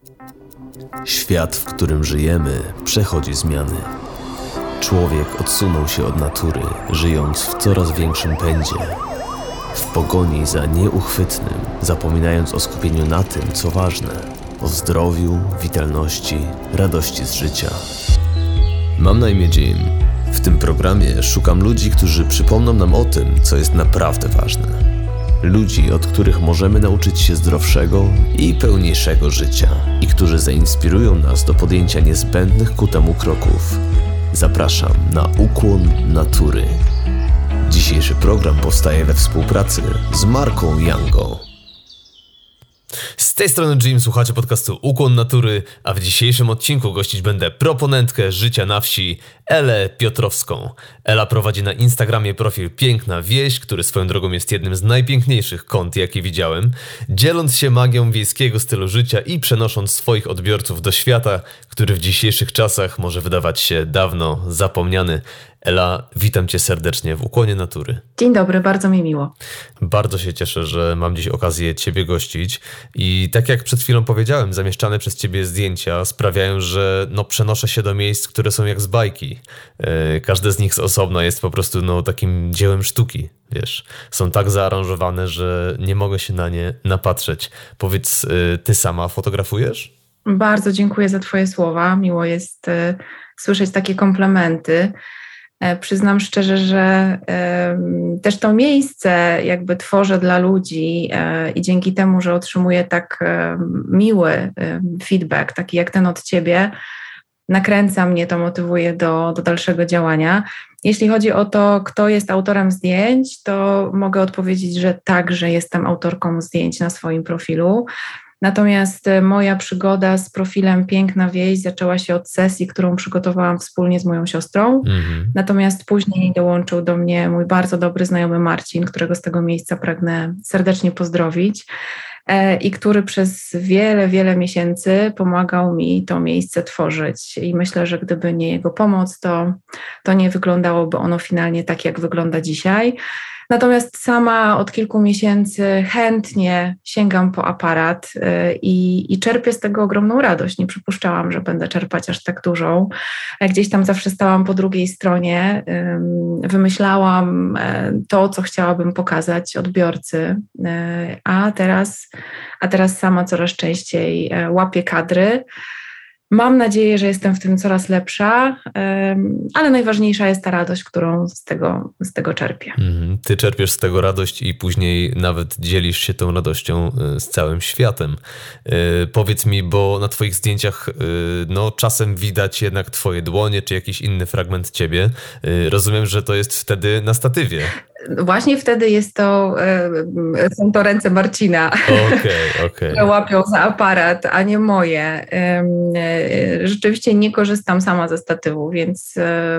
Świat, w którym żyjemy, przechodzi zmiany. Człowiek odsunął się od natury, żyjąc w coraz większym pędzie. W pogoni za nieuchwytnym, zapominając o skupieniu na tym, co ważne, o zdrowiu, witalności, radości z życia. Mam na imię Jim. W tym programie szukam ludzi, którzy przypomną nam o tym, co jest naprawdę ważne. Ludzi, od których możemy nauczyć się zdrowszego i pełniejszego życia i którzy zainspirują nas do podjęcia niezbędnych ku temu kroków. Zapraszam na Ukłon Natury. Dzisiejszy program powstaje we współpracy z marką Yango. Z tej strony Jim, słuchacie podcastu Ukłon Natury, a w dzisiejszym odcinku gościć będę proponentkę życia na wsi, Elę Piotrowską. Ela prowadzi na Instagramie profil Piękna Wieś, który swoją drogą jest jednym z najpiękniejszych kont, jakie widziałem, dzieląc się magią wiejskiego stylu życia i przenosząc swoich odbiorców do świata, który w dzisiejszych czasach może wydawać się dawno zapomniany. Ela, witam Cię serdecznie w Ukłonie Natury. Dzień dobry, bardzo mi miło. Bardzo się cieszę, że mam dziś okazję Ciebie gościć i tak jak przed chwilą powiedziałem, zamieszczane przez Ciebie zdjęcia sprawiają, że przenoszę się do miejsc, które są jak z bajki. Każde z nich z osobna jest po prostu takim dziełem sztuki, wiesz. Są tak zaaranżowane, że nie mogę się na nie napatrzeć. Powiedz, Ty sama fotografujesz? Bardzo dziękuję za Twoje słowa. Miło jest słyszeć takie komplementy. Przyznam szczerze, że też to miejsce jakby tworzę dla ludzi i dzięki temu, że otrzymuję tak miły feedback, taki jak ten od Ciebie, nakręca mnie, to motywuje do dalszego działania. Jeśli chodzi o to, kto jest autorem zdjęć, to mogę odpowiedzieć, że także jestem autorką zdjęć na swoim profilu. Natomiast moja przygoda z profilem Piękna Wieś zaczęła się od sesji, którą przygotowałam wspólnie z moją siostrą. Natomiast później dołączył do mnie mój bardzo dobry znajomy Marcin, którego z tego miejsca pragnę serdecznie pozdrowić i który przez wiele miesięcy pomagał mi to miejsce tworzyć. I myślę, że gdyby nie jego pomoc, to nie wyglądałoby ono finalnie tak, jak wygląda dzisiaj. Natomiast sama od kilku miesięcy chętnie sięgam po aparat i czerpię z tego ogromną radość. Nie przypuszczałam, że będę czerpać aż tak dużą. Gdzieś tam zawsze stałam po drugiej stronie, wymyślałam to, co chciałabym pokazać odbiorcy, a teraz sama coraz częściej łapię kadry. Mam nadzieję, że jestem w tym coraz lepsza, ale najważniejsza jest ta radość, którą z tego czerpię. Ty czerpiesz z tego radość i później nawet dzielisz się tą radością z całym światem. Powiedz mi, bo na Twoich zdjęciach czasem widać jednak Twoje dłonie czy jakiś inny fragment Ciebie. Rozumiem, że to jest wtedy na statywie. Właśnie wtedy są to ręce Marcina, które łapią za aparat, a nie moje. Rzeczywiście nie korzystam sama ze statywu, więc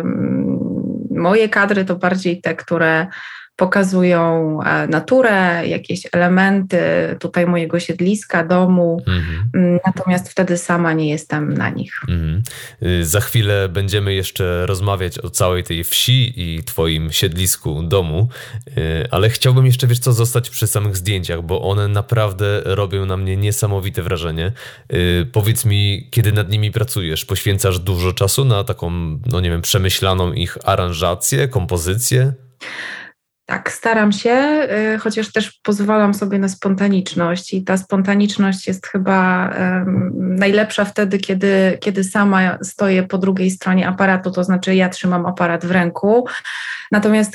moje kadry to bardziej te, które pokazują naturę, jakieś elementy tutaj mojego siedliska, domu, natomiast wtedy sama nie jestem na nich. Za chwilę będziemy jeszcze rozmawiać o całej tej wsi i Twoim siedlisku, domu, ale chciałbym jeszcze, zostać przy samych zdjęciach, bo one naprawdę robią na mnie niesamowite wrażenie. Powiedz mi, kiedy nad nimi pracujesz, poświęcasz dużo czasu na taką, przemyślaną ich aranżację, kompozycję? Tak, staram się, chociaż też pozwalam sobie na spontaniczność i ta spontaniczność jest chyba najlepsza wtedy, kiedy sama stoję po drugiej stronie aparatu, to znaczy ja trzymam aparat w ręku. Natomiast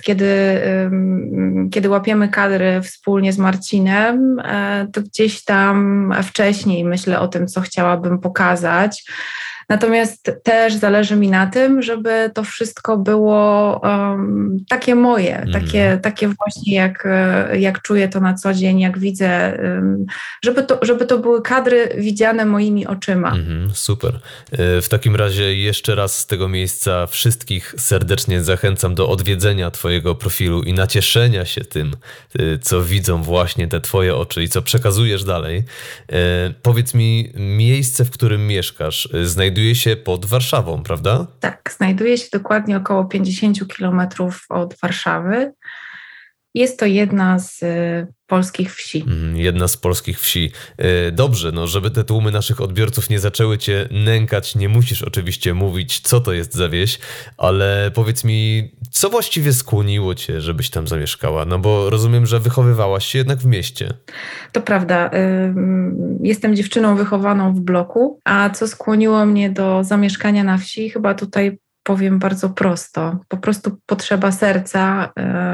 kiedy łapiemy kadry wspólnie z Marcinem, to gdzieś tam wcześniej myślę o tym, co chciałabym pokazać. Natomiast też zależy mi na tym, żeby to wszystko było takie moje, takie właśnie jak czuję to na co dzień, jak widzę, żeby to były kadry widziane moimi oczyma. Super. W takim razie jeszcze raz z tego miejsca wszystkich serdecznie zachęcam do odwiedzenia Twojego profilu i nacieszenia się tym, co widzą właśnie te Twoje oczy i co przekazujesz dalej. Powiedz mi, miejsce, w którym mieszkasz, znajduje się pod Warszawą, prawda? Tak, znajduje się dokładnie około 50 kilometrów od Warszawy. Jest to jedna z polskich wsi. Jedna z polskich wsi. Dobrze, no żeby te tłumy naszych odbiorców nie zaczęły cię nękać, nie musisz oczywiście mówić, co to jest za wieś, ale powiedz mi, co właściwie skłoniło cię, żebyś tam zamieszkała? No bo rozumiem, że wychowywałaś się jednak w mieście. To prawda. Jestem dziewczyną wychowaną w bloku, a co skłoniło mnie do zamieszkania na wsi? Chyba tutaj powiem bardzo prosto. Po prostu potrzeba serca,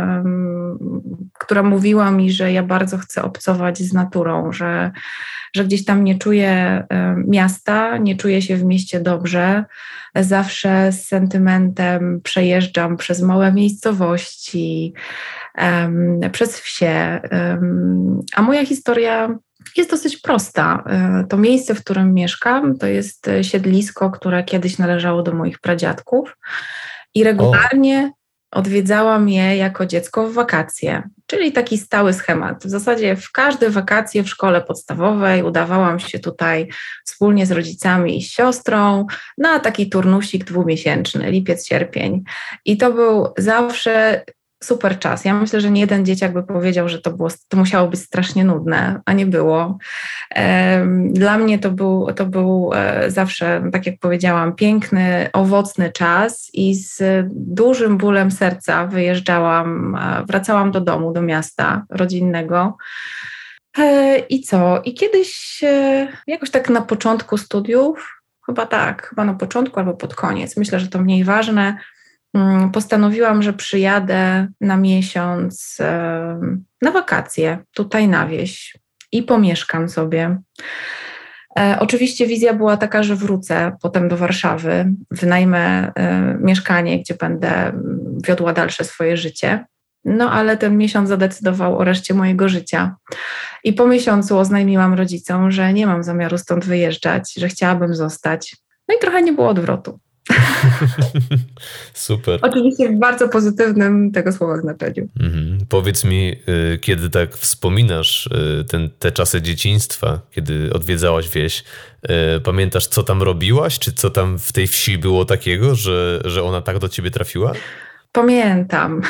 która mówiła mi, że ja bardzo chcę obcować z naturą, że gdzieś tam nie czuję miasta, nie czuję się w mieście dobrze. Zawsze z sentymentem przejeżdżam przez małe miejscowości, przez wsie. A moja historia jest dosyć prosta. To miejsce, w którym mieszkam, to jest siedlisko, które kiedyś należało do moich pradziadków i regularnie odwiedzałam je jako dziecko w wakacje, czyli taki stały schemat. W zasadzie w każde wakacje w szkole podstawowej udawałam się tutaj wspólnie z rodzicami i z siostrą na taki turnusik 2-miesięczny, lipiec, sierpień. I to był zawsze super czas. Ja myślę, że nie jeden dzieciak by powiedział, że to musiało być strasznie nudne, a nie było. Dla mnie to był zawsze, tak jak powiedziałam, piękny, owocny czas i z dużym bólem serca wracałam do domu, do miasta rodzinnego. I co? I kiedyś jakoś tak na początku studiów, chyba na początku albo pod koniec, myślę, że to mniej ważne, postanowiłam, że przyjadę na miesiąc na wakacje tutaj na wieś i pomieszkam sobie. Oczywiście wizja była taka, że wrócę potem do Warszawy, wynajmę mieszkanie, gdzie będę wiodła dalsze swoje życie. No ale ten miesiąc zadecydował o reszcie mojego życia. I po miesiącu oznajmiłam rodzicom, że nie mam zamiaru stąd wyjeżdżać, że chciałabym zostać. No i trochę nie było odwrotu. Super. Oczywiście w bardzo pozytywnym tego słowa znaczeniu. Powiedz mi, kiedy tak wspominasz te czasy dzieciństwa, kiedy odwiedzałaś wieś, pamiętasz, co tam robiłaś? Czy co tam w tej wsi było takiego, że ona tak do ciebie trafiła? Pamiętam.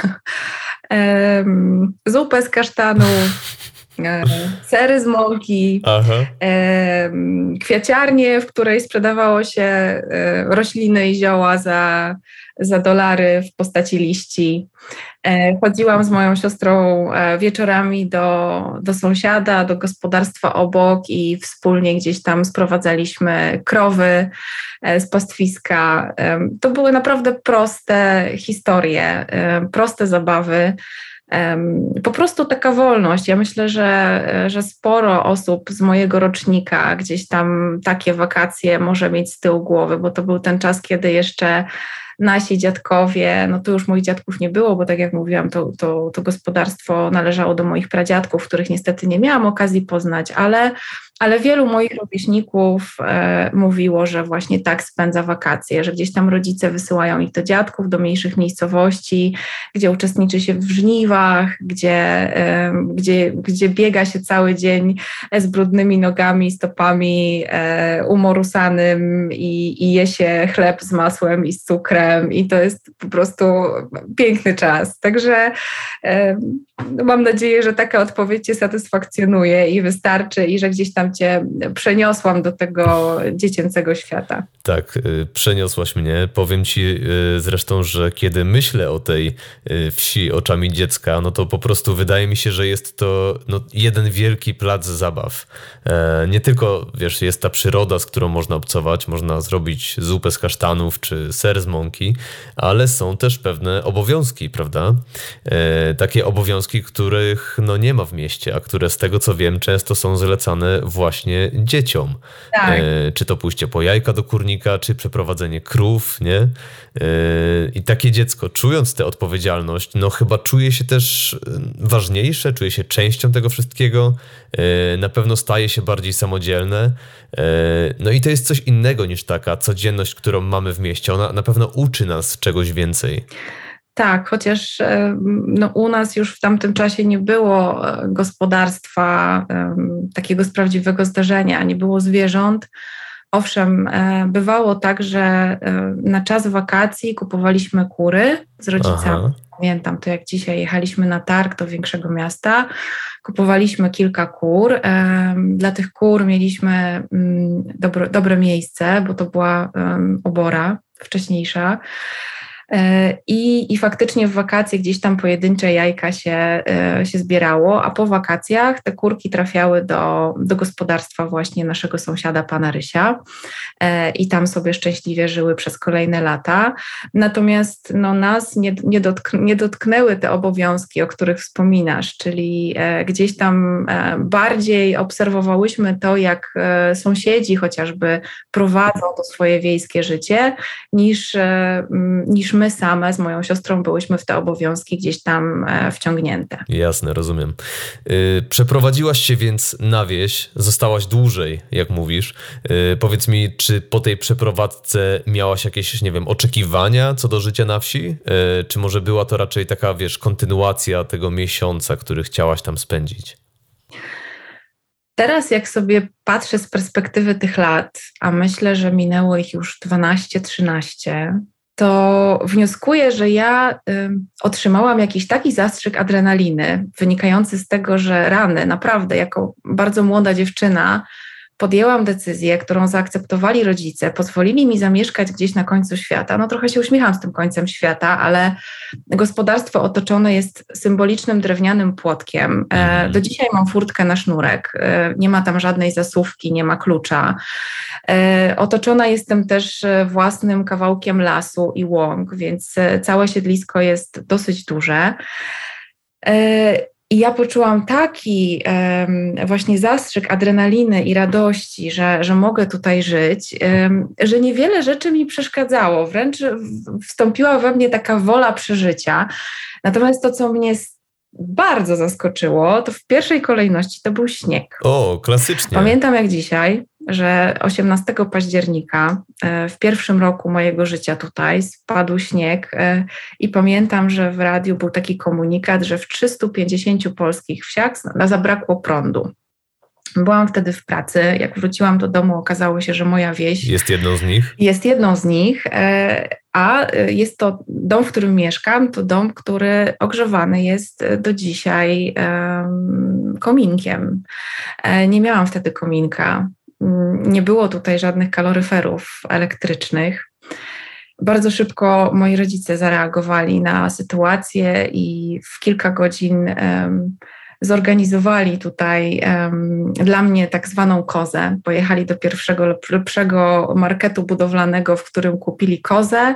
Zupę z kasztanów, sery z mąki, kwiaciarnię, w której sprzedawało się rośliny i zioła za dolary w postaci liści. Chodziłam z moją siostrą wieczorami do sąsiada, do gospodarstwa obok i wspólnie gdzieś tam sprowadzaliśmy krowy z pastwiska. To były naprawdę proste historie, proste zabawy. Po prostu taka wolność. Ja myślę, że sporo osób z mojego rocznika gdzieś tam takie wakacje może mieć z tyłu głowy, bo to był ten czas, kiedy jeszcze nasi dziadkowie, no to już moich dziadków nie było, bo tak jak mówiłam, to gospodarstwo należało do moich pradziadków, których niestety nie miałam okazji poznać, ale wielu moich rówieśników mówiło, że właśnie tak spędza wakacje, że gdzieś tam rodzice wysyłają ich do dziadków, do mniejszych miejscowości, gdzie uczestniczy się w żniwach, gdzie biega się cały dzień z brudnymi nogami, stopami, umorusanym i je się chleb z masłem i z cukrem i to jest po prostu piękny czas. Także mam nadzieję, że taka odpowiedź Cię satysfakcjonuje i wystarczy i że gdzieś tam Cię przeniosłam do tego dziecięcego świata. Tak, przeniosłaś mnie. Powiem Ci zresztą, że kiedy myślę o tej wsi oczami dziecka, no to po prostu wydaje mi się, że jest to jeden wielki plac zabaw. Nie tylko, wiesz, jest ta przyroda, z którą można obcować, można zrobić zupę z kasztanów czy ser z mąki, ale są też pewne obowiązki, prawda? Takie obowiązki, których nie ma w mieście, a które z tego co wiem często są zlecane właśnie dzieciom. Tak. Czy to pójście po jajka do kurnika, czy przeprowadzenie krów, nie? I takie dziecko, czując tę odpowiedzialność, chyba czuje się też ważniejsze, czuje się częścią tego wszystkiego, na pewno staje się bardziej samodzielne. I to jest coś innego niż taka codzienność, którą mamy w mieście. Ona na pewno uczy nas czegoś więcej. Tak, chociaż u nas już w tamtym czasie nie było gospodarstwa takiego z prawdziwego zdarzenia, nie było zwierząt, Owszem, bywało tak, że na czas wakacji kupowaliśmy kury z rodzicami. Aha. Pamiętam to jak dzisiaj, jechaliśmy na targ do większego miasta, kupowaliśmy kilka kur. Dla tych kur mieliśmy dobre miejsce, bo to była obora wcześniejsza. I faktycznie w wakacje gdzieś tam pojedyncze jajka się zbierało, a po wakacjach te kurki trafiały do gospodarstwa właśnie naszego sąsiada, pana Rysia, i tam sobie szczęśliwie żyły przez kolejne lata. Natomiast nas nie dotknęły te obowiązki, o których wspominasz, czyli gdzieś tam bardziej obserwowałyśmy to, jak sąsiedzi chociażby prowadzą to swoje wiejskie życie, niż my same z moją siostrą byłyśmy w te obowiązki gdzieś tam wciągnięte. Jasne, rozumiem. Przeprowadziłaś się więc na wieś, zostałaś dłużej, jak mówisz. Powiedz mi, czy po tej przeprowadzce miałaś jakieś, nie wiem, oczekiwania co do życia na wsi? Czy może była to raczej taka, kontynuacja tego miesiąca, który chciałaś tam spędzić? Teraz jak sobie patrzę z perspektywy tych lat, a myślę, że minęło ich już 12-13, to wnioskuję, że ja otrzymałam jakiś taki zastrzyk adrenaliny wynikający z tego, że rany, naprawdę jako bardzo młoda dziewczyna podjęłam decyzję, którą zaakceptowali rodzice, pozwolili mi zamieszkać gdzieś na końcu świata. Trochę się uśmiecham z tym końcem świata, ale gospodarstwo otoczone jest symbolicznym drewnianym płotkiem. Do dzisiaj mam furtkę na sznurek, nie ma tam żadnej zasuwki, nie ma klucza. Otoczona jestem też własnym kawałkiem lasu i łąk, więc całe siedlisko jest dosyć duże. I ja poczułam taki właśnie zastrzyk adrenaliny i radości, że mogę tutaj żyć, że niewiele rzeczy mi przeszkadzało. Wręcz wstąpiła we mnie taka wola przeżycia. Natomiast to, co mnie bardzo zaskoczyło, to w pierwszej kolejności to był śnieg. O, klasycznie. Pamiętam jak dzisiaj, że 18 października w pierwszym roku mojego życia tutaj spadł śnieg i pamiętam, że w radiu był taki komunikat, że w 350 polskich wsiach zabrakło prądu. Byłam wtedy w pracy. Jak wróciłam do domu, okazało się, że moja wieś jest jedną z nich. Jest jedną z nich, a jest to dom, w którym mieszkam, to dom, który ogrzewany jest do dzisiaj kominkiem. Nie miałam wtedy kominka. Nie było tutaj żadnych kaloryferów elektrycznych. Bardzo szybko moi rodzice zareagowali na sytuację i w kilka godzin zorganizowali tutaj dla mnie tak zwaną kozę. Pojechali do pierwszego lepszego marketu budowlanego, w którym kupili kozę.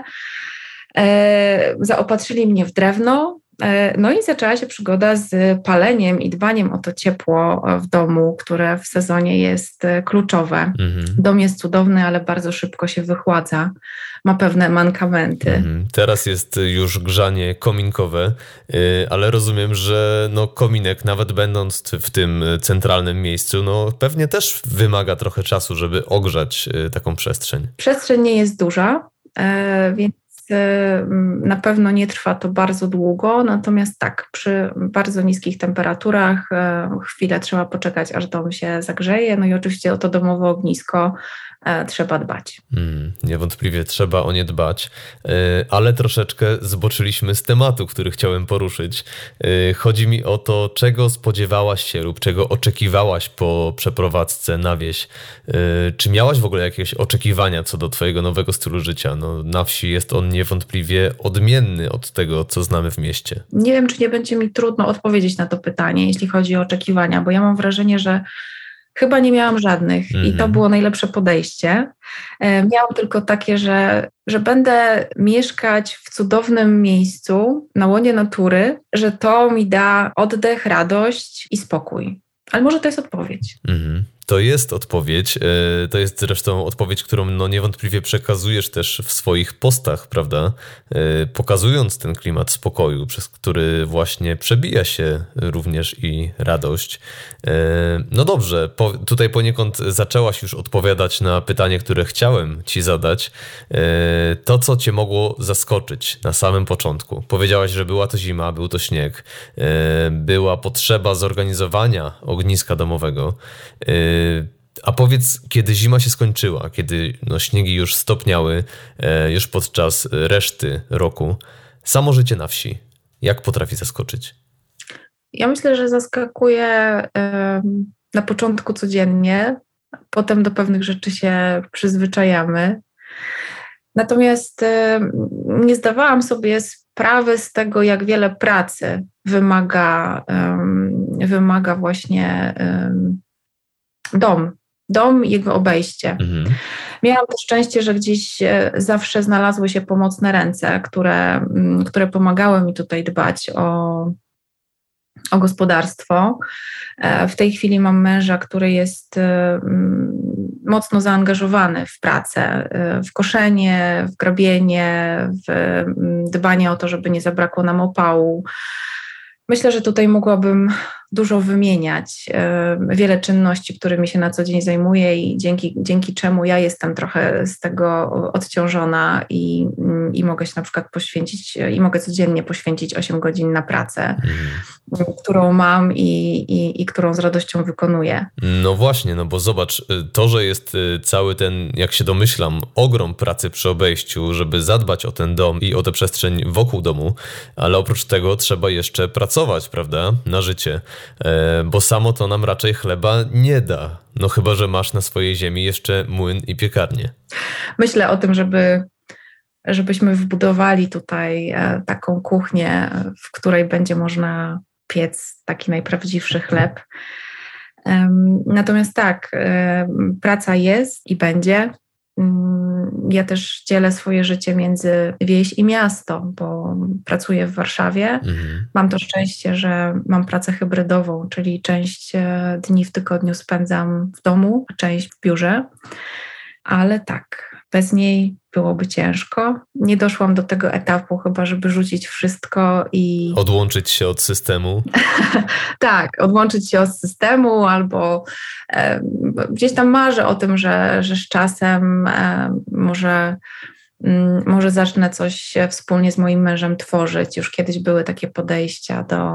Zaopatrzyli mnie w drewno. No i zaczęła się przygoda z paleniem i dbaniem o to ciepło w domu, które w sezonie jest kluczowe. Dom jest cudowny, ale bardzo szybko się wychładza. Ma pewne mankamenty. Teraz jest już grzanie kominkowe, ale rozumiem, że kominek, nawet będąc w tym centralnym miejscu, pewnie też wymaga trochę czasu, żeby ogrzać taką przestrzeń. Przestrzeń nie jest duża, więc na pewno nie trwa to bardzo długo, natomiast tak, przy bardzo niskich temperaturach chwilę trzeba poczekać, aż dom się zagrzeje, i oczywiście o to domowe ognisko trzeba dbać. Niewątpliwie trzeba o nie dbać, ale troszeczkę zboczyliśmy z tematu, który chciałem poruszyć. Chodzi mi o to, czego spodziewałaś się lub czego oczekiwałaś po przeprowadzce na wieś. Czy miałaś w ogóle jakieś oczekiwania co do twojego nowego stylu życia? Na wsi jest on niewątpliwie odmienny od tego, co znamy w mieście. Nie wiem, czy nie będzie mi trudno odpowiedzieć na to pytanie, jeśli chodzi o oczekiwania, bo ja mam wrażenie, że chyba nie miałam żadnych i to było najlepsze podejście. Miałam tylko takie, że będę mieszkać w cudownym miejscu, na łonie natury, że to mi da oddech, radość i spokój. Ale może to jest odpowiedź. To jest odpowiedź. To jest zresztą odpowiedź, którą niewątpliwie przekazujesz też w swoich postach, prawda? Pokazując ten klimat spokoju, przez który właśnie przebija się również i radość. Dobrze, tutaj poniekąd zaczęłaś już odpowiadać na pytanie, które chciałem ci zadać. To, co cię mogło zaskoczyć na samym początku. Powiedziałaś, że była to zima, był to śnieg, była potrzeba zorganizowania ogniska domowego. A powiedz, kiedy zima się skończyła, kiedy śniegi już stopniały, już podczas reszty roku, samo życie na wsi, jak potrafi zaskoczyć? Ja myślę, że zaskakuje na początku codziennie, potem do pewnych rzeczy się przyzwyczajamy. Natomiast nie zdawałam sobie sprawy z tego, jak wiele pracy wymaga właśnie dom i jego obejście. Mhm. Miałam to szczęście, że gdzieś zawsze znalazły się pomocne ręce, które pomagały mi tutaj dbać o gospodarstwo. W tej chwili mam męża, który jest mocno zaangażowany w pracę, w koszenie, w grabienie, w dbanie o to, żeby nie zabrakło nam opału. Myślę, że tutaj mogłabym dużo wymieniać, wiele czynności, którymi się na co dzień zajmuję i dzięki czemu ja jestem trochę z tego odciążona i mogę się na przykład mogę codziennie poświęcić 8 godzin na pracę, którą mam i którą z radością wykonuję. No właśnie, bo zobacz, to, że jest cały ten, jak się domyślam, ogrom pracy przy obejściu, żeby zadbać o ten dom i o tę przestrzeń wokół domu, ale oprócz tego trzeba jeszcze pracować, prawda, na życie. Bo samo to nam raczej chleba nie da. No chyba że masz na swojej ziemi jeszcze młyn i piekarnię. Myślę o tym, żebyśmy wbudowali tutaj taką kuchnię, w której będzie można piec taki najprawdziwszy chleb. Natomiast tak, praca jest i będzie. Ja też dzielę swoje życie między wieś i miasto, bo pracuję w Warszawie. Mhm. Mam to szczęście, że mam pracę hybrydową, czyli część dni w tygodniu spędzam w domu, a część w biurze. Ale tak, bez niej byłoby ciężko. Nie doszłam do tego etapu chyba, żeby rzucić wszystko i... Odłączyć się od systemu? Tak, odłączyć się od systemu albo gdzieś tam marzę o tym, że z czasem może zacznę coś wspólnie z moim mężem tworzyć. Już kiedyś były takie podejścia do...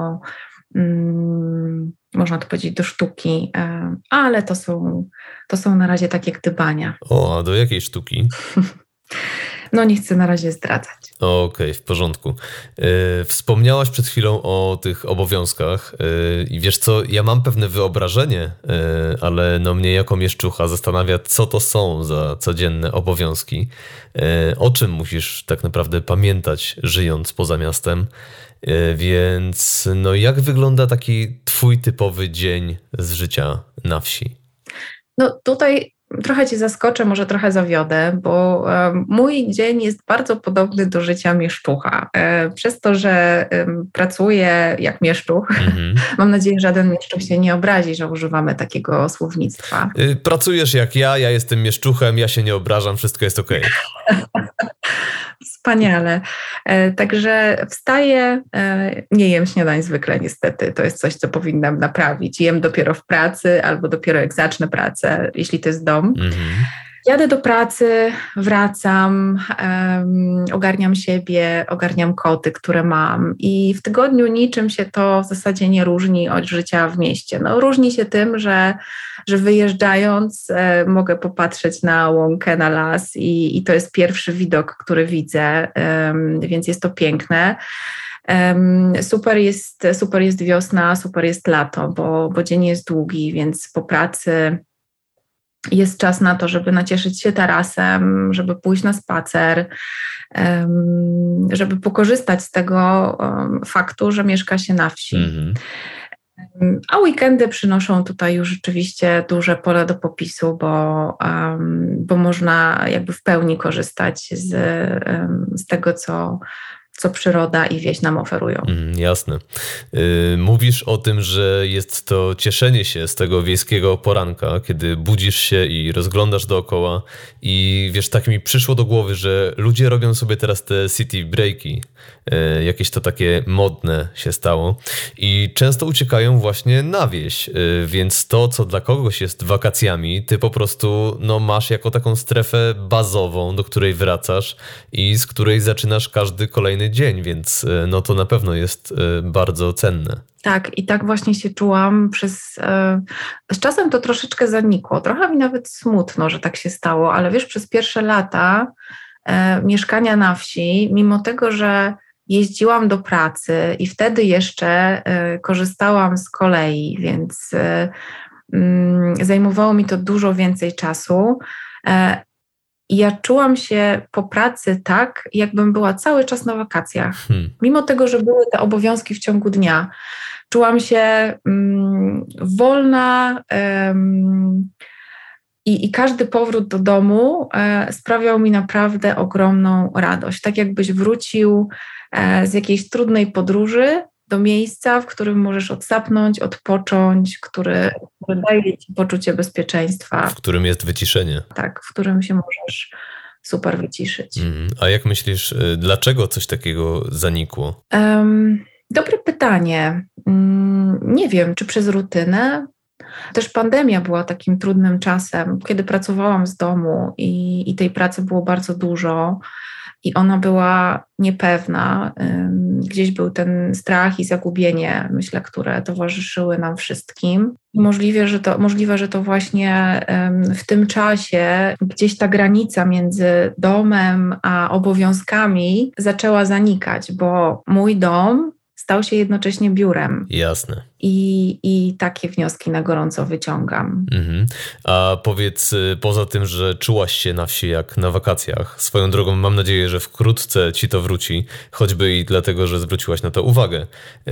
można to powiedzieć, do sztuki, ale to są na razie takie gdybania. O, a do jakiej sztuki? No nie chcę na razie zdradzać. Okej, w porządku. Wspomniałaś przed chwilą o tych obowiązkach i wiesz co, ja mam pewne wyobrażenie, ale mnie jako mieszczucha zastanawia, co to są za codzienne obowiązki, o czym musisz tak naprawdę pamiętać, żyjąc poza miastem. Więc jak wygląda taki twój typowy dzień z życia na wsi? No tutaj trochę cię zaskoczę, może trochę zawiodę, bo mój dzień jest bardzo podobny do życia mieszczucha. Przez to, że pracuję jak mieszczuch, mam nadzieję, że żaden mieszczuch się nie obrazi, że używamy takiego słownictwa. Pracujesz jak ja jestem mieszczuchem, ja się nie obrażam, wszystko jest okej. Wspaniale. Także wstaję, nie jem śniadań zwykle niestety, to jest coś, co powinnam naprawić. Jem dopiero w pracy albo dopiero jak zacznę pracę, jeśli to jest dom. Jadę do pracy, wracam, ogarniam siebie, ogarniam koty, które mam i w tygodniu niczym się to w zasadzie nie różni od życia w mieście. Różni się tym, że wyjeżdżając mogę popatrzeć na łąkę, na las i to jest pierwszy widok, który widzę, więc jest to piękne. Super jest wiosna, super jest lato, bo dzień jest długi, więc po pracy jest czas na to, żeby nacieszyć się tarasem, żeby pójść na spacer, żeby pokorzystać z tego faktu, że mieszka się na wsi. A weekendy przynoszą tutaj już rzeczywiście duże pole do popisu, bo można jakby w pełni korzystać z tego, co przyroda i wieś nam oferują. Jasne. Mówisz o tym, że jest to cieszenie się z tego wiejskiego poranka, kiedy budzisz się i rozglądasz dookoła i wiesz, tak mi przyszło do głowy, że ludzie robią sobie teraz te city breaki, jakieś to takie modne się stało i często uciekają właśnie na wieś, więc to, co dla kogoś jest wakacjami, ty po prostu masz jako taką strefę bazową, do której wracasz i z której zaczynasz każdy kolejny dosłownie dzień, więc no to na pewno jest bardzo cenne. Tak, i tak właśnie się czułam z czasem to troszeczkę zanikło. Trochę mi nawet smutno, że tak się stało, ale wiesz, przez pierwsze lata mieszkania na wsi, mimo tego, że jeździłam do pracy i wtedy jeszcze korzystałam z kolei, więc zajmowało mi to dużo więcej czasu. I ja czułam się po pracy tak, jakbym była cały czas na wakacjach. Mimo tego, że były te obowiązki w ciągu dnia. Czułam się wolna i każdy powrót do domu sprawiał mi naprawdę ogromną radość. Tak jakbyś wrócił z jakiejś trudnej podróży do miejsca, w którym możesz odsapnąć, odpocząć, który daje ci poczucie bezpieczeństwa. W którym jest wyciszenie. Tak, w którym się możesz super wyciszyć. A jak myślisz, dlaczego coś takiego zanikło? Dobre pytanie. Nie wiem, czy przez rutynę. Też pandemia była takim trudnym czasem, kiedy pracowałam z domu i tej pracy było bardzo dużo. I ona była niepewna. Gdzieś był ten strach i zagubienie, myślę, które towarzyszyły nam wszystkim. Możliwe, że to właśnie w tym czasie gdzieś ta granica między domem a obowiązkami zaczęła zanikać, bo mój dom stał się jednocześnie biurem. Jasne. I takie wnioski na gorąco wyciągam. A powiedz, poza tym, że czułaś się na wsi jak na wakacjach, swoją drogą mam nadzieję, że wkrótce ci to wróci, choćby i dlatego, że zwróciłaś na to uwagę.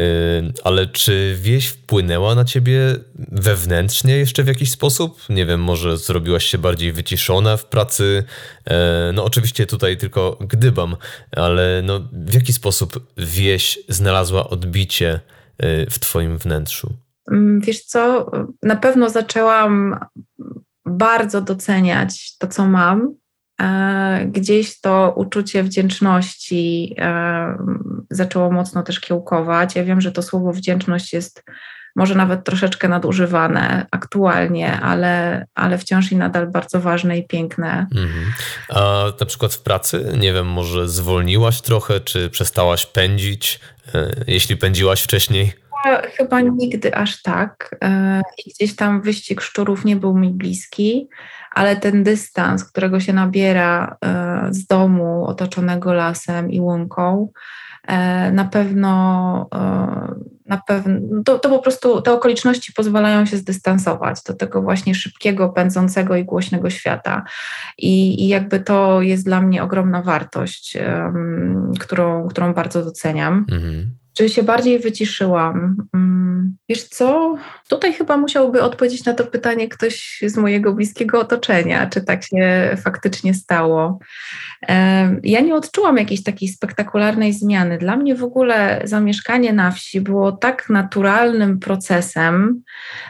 Ale czy wieś wpłynęła na ciebie wewnętrznie jeszcze w jakiś sposób? Nie wiem, może zrobiłaś się bardziej wyciszona w pracy? No oczywiście tutaj tylko gdybam, ale no, w jaki sposób wieś znalazła odbicie w twoim wnętrzu? Wiesz co, na pewno zaczęłam bardzo doceniać to, co mam. Gdzieś to uczucie wdzięczności zaczęło mocno też kiełkować. Ja wiem, że to słowo wdzięczność jest może nawet troszeczkę nadużywane aktualnie, ale wciąż i nadal bardzo ważne i piękne. A na przykład w pracy, nie wiem, może zwolniłaś trochę, czy przestałaś pędzić, jeśli pędziłaś wcześniej? Chyba nigdy aż tak. I gdzieś tam wyścig szczurów nie był mi bliski, ale ten dystans, którego się nabiera z domu otoczonego lasem i łąką, na pewno to po prostu te okoliczności pozwalają się zdystansować do tego właśnie szybkiego, pędzącego i głośnego świata. I jakby to jest dla mnie ogromna wartość, którą bardzo doceniam. Czy się bardziej wyciszyłam? Wiesz co? Tutaj chyba musiałby odpowiedzieć na to pytanie ktoś z mojego bliskiego otoczenia, czy tak się faktycznie stało. Ja nie odczułam jakiejś takiej spektakularnej zmiany. Dla mnie w ogóle zamieszkanie na wsi było tak naturalnym procesem.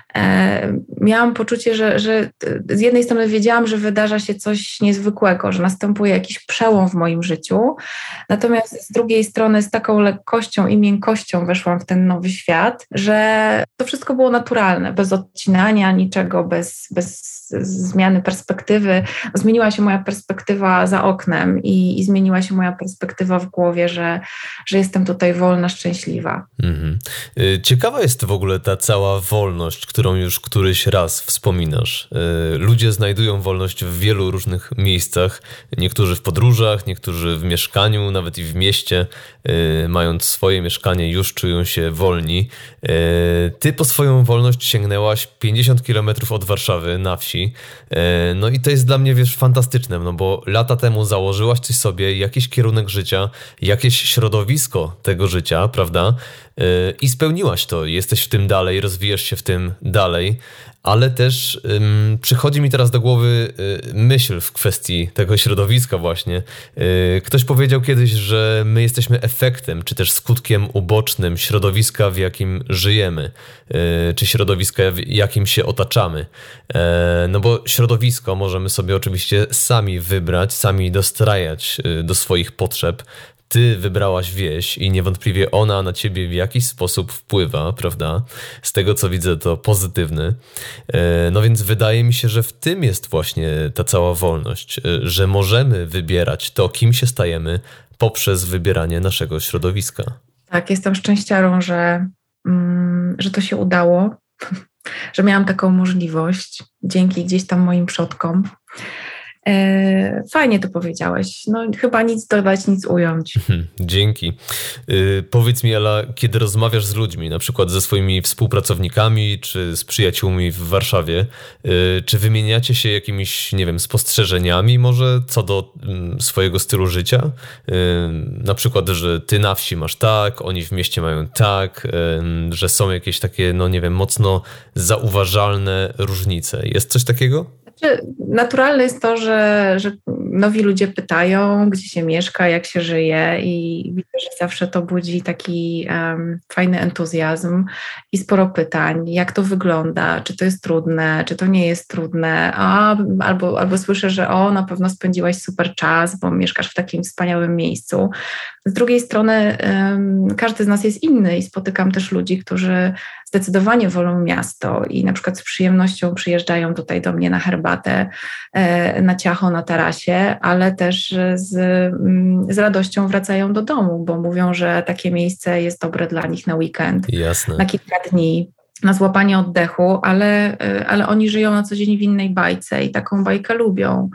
Miałam poczucie, że z jednej strony wiedziałam, że wydarza się coś niezwykłego, że następuje jakiś przełom w moim życiu, natomiast z drugiej strony z taką lekkością i miękkością weszłam w ten nowy świat, że to wszystko było naturalne, bez odcinania niczego, bez zmiany perspektywy. Zmieniła się moja perspektywa za oknem i zmieniła się moja perspektywa w głowie, że jestem tutaj wolna, szczęśliwa. Ciekawa jest w ogóle ta cała wolność, którą już któryś raz wspominasz. Ludzie znajdują wolność w wielu różnych miejscach. Niektórzy w podróżach, niektórzy w mieszkaniu, nawet i w mieście. Mając swoje mieszkanie, już czują się wolni. Ty po swoją wolność sięgnęłaś 50 km od Warszawy na wsi. No i to jest dla mnie, wiesz, fantastyczne, no bo lata temu założyłaś coś sobie, jakiś kierunek życia, jakieś środowisko tego życia, prawda? I spełniłaś to. Jesteś w tym dalej, rozwijasz się w tym dalej, ale też przychodzi mi teraz do głowy myśl w kwestii tego środowiska właśnie. Ktoś powiedział kiedyś, że my jesteśmy efektem, czy też skutkiem ubocznym środowiska, w jakim żyjemy, czy środowiska, w jakim się otaczamy. No bo środowisko możemy sobie oczywiście sami wybrać, sami dostrajać do swoich potrzeb. Ty wybrałaś wieś i niewątpliwie ona na ciebie w jakiś sposób wpływa, prawda? Z tego co widzę to pozytywny. No więc wydaje mi się, że w tym jest właśnie ta cała wolność, że możemy wybierać to, kim się stajemy poprzez wybieranie naszego środowiska. Tak, jestem szczęściarą, że to się udało, że miałam taką możliwość dzięki gdzieś tam moim przodkom. Fajnie to powiedziałeś. No, chyba nic dodać, nic ująć. Dzięki. Powiedz mi, Ela, kiedy rozmawiasz z ludźmi, na przykład ze swoimi współpracownikami czy z przyjaciółmi w Warszawie, czy wymieniacie się jakimiś, nie wiem, spostrzeżeniami może co do swojego stylu życia? Na przykład, że ty na wsi masz tak, oni w mieście mają tak, że są jakieś takie, no nie wiem, mocno zauważalne różnice. Jest coś takiego? Naturalne jest to, że nowi ludzie pytają, gdzie się mieszka, jak się żyje i widzę, że zawsze to budzi taki fajny entuzjazm i sporo pytań, jak to wygląda, czy to jest trudne, czy to nie jest trudne, albo słyszę, że na pewno spędziłaś super czas, bo mieszkasz w takim wspaniałym miejscu. Z drugiej strony każdy z nas jest inny i spotykam też ludzi, którzy zdecydowanie wolą miasto i na przykład z przyjemnością przyjeżdżają tutaj do mnie na herbatę, na ciacho na tarasie, ale też z radością wracają do domu, bo mówią, że takie miejsce jest dobre dla nich na weekend, Jasne. Na kilka dni, na złapanie oddechu, ale oni żyją na co dzień w innej bajce i taką bajkę lubią.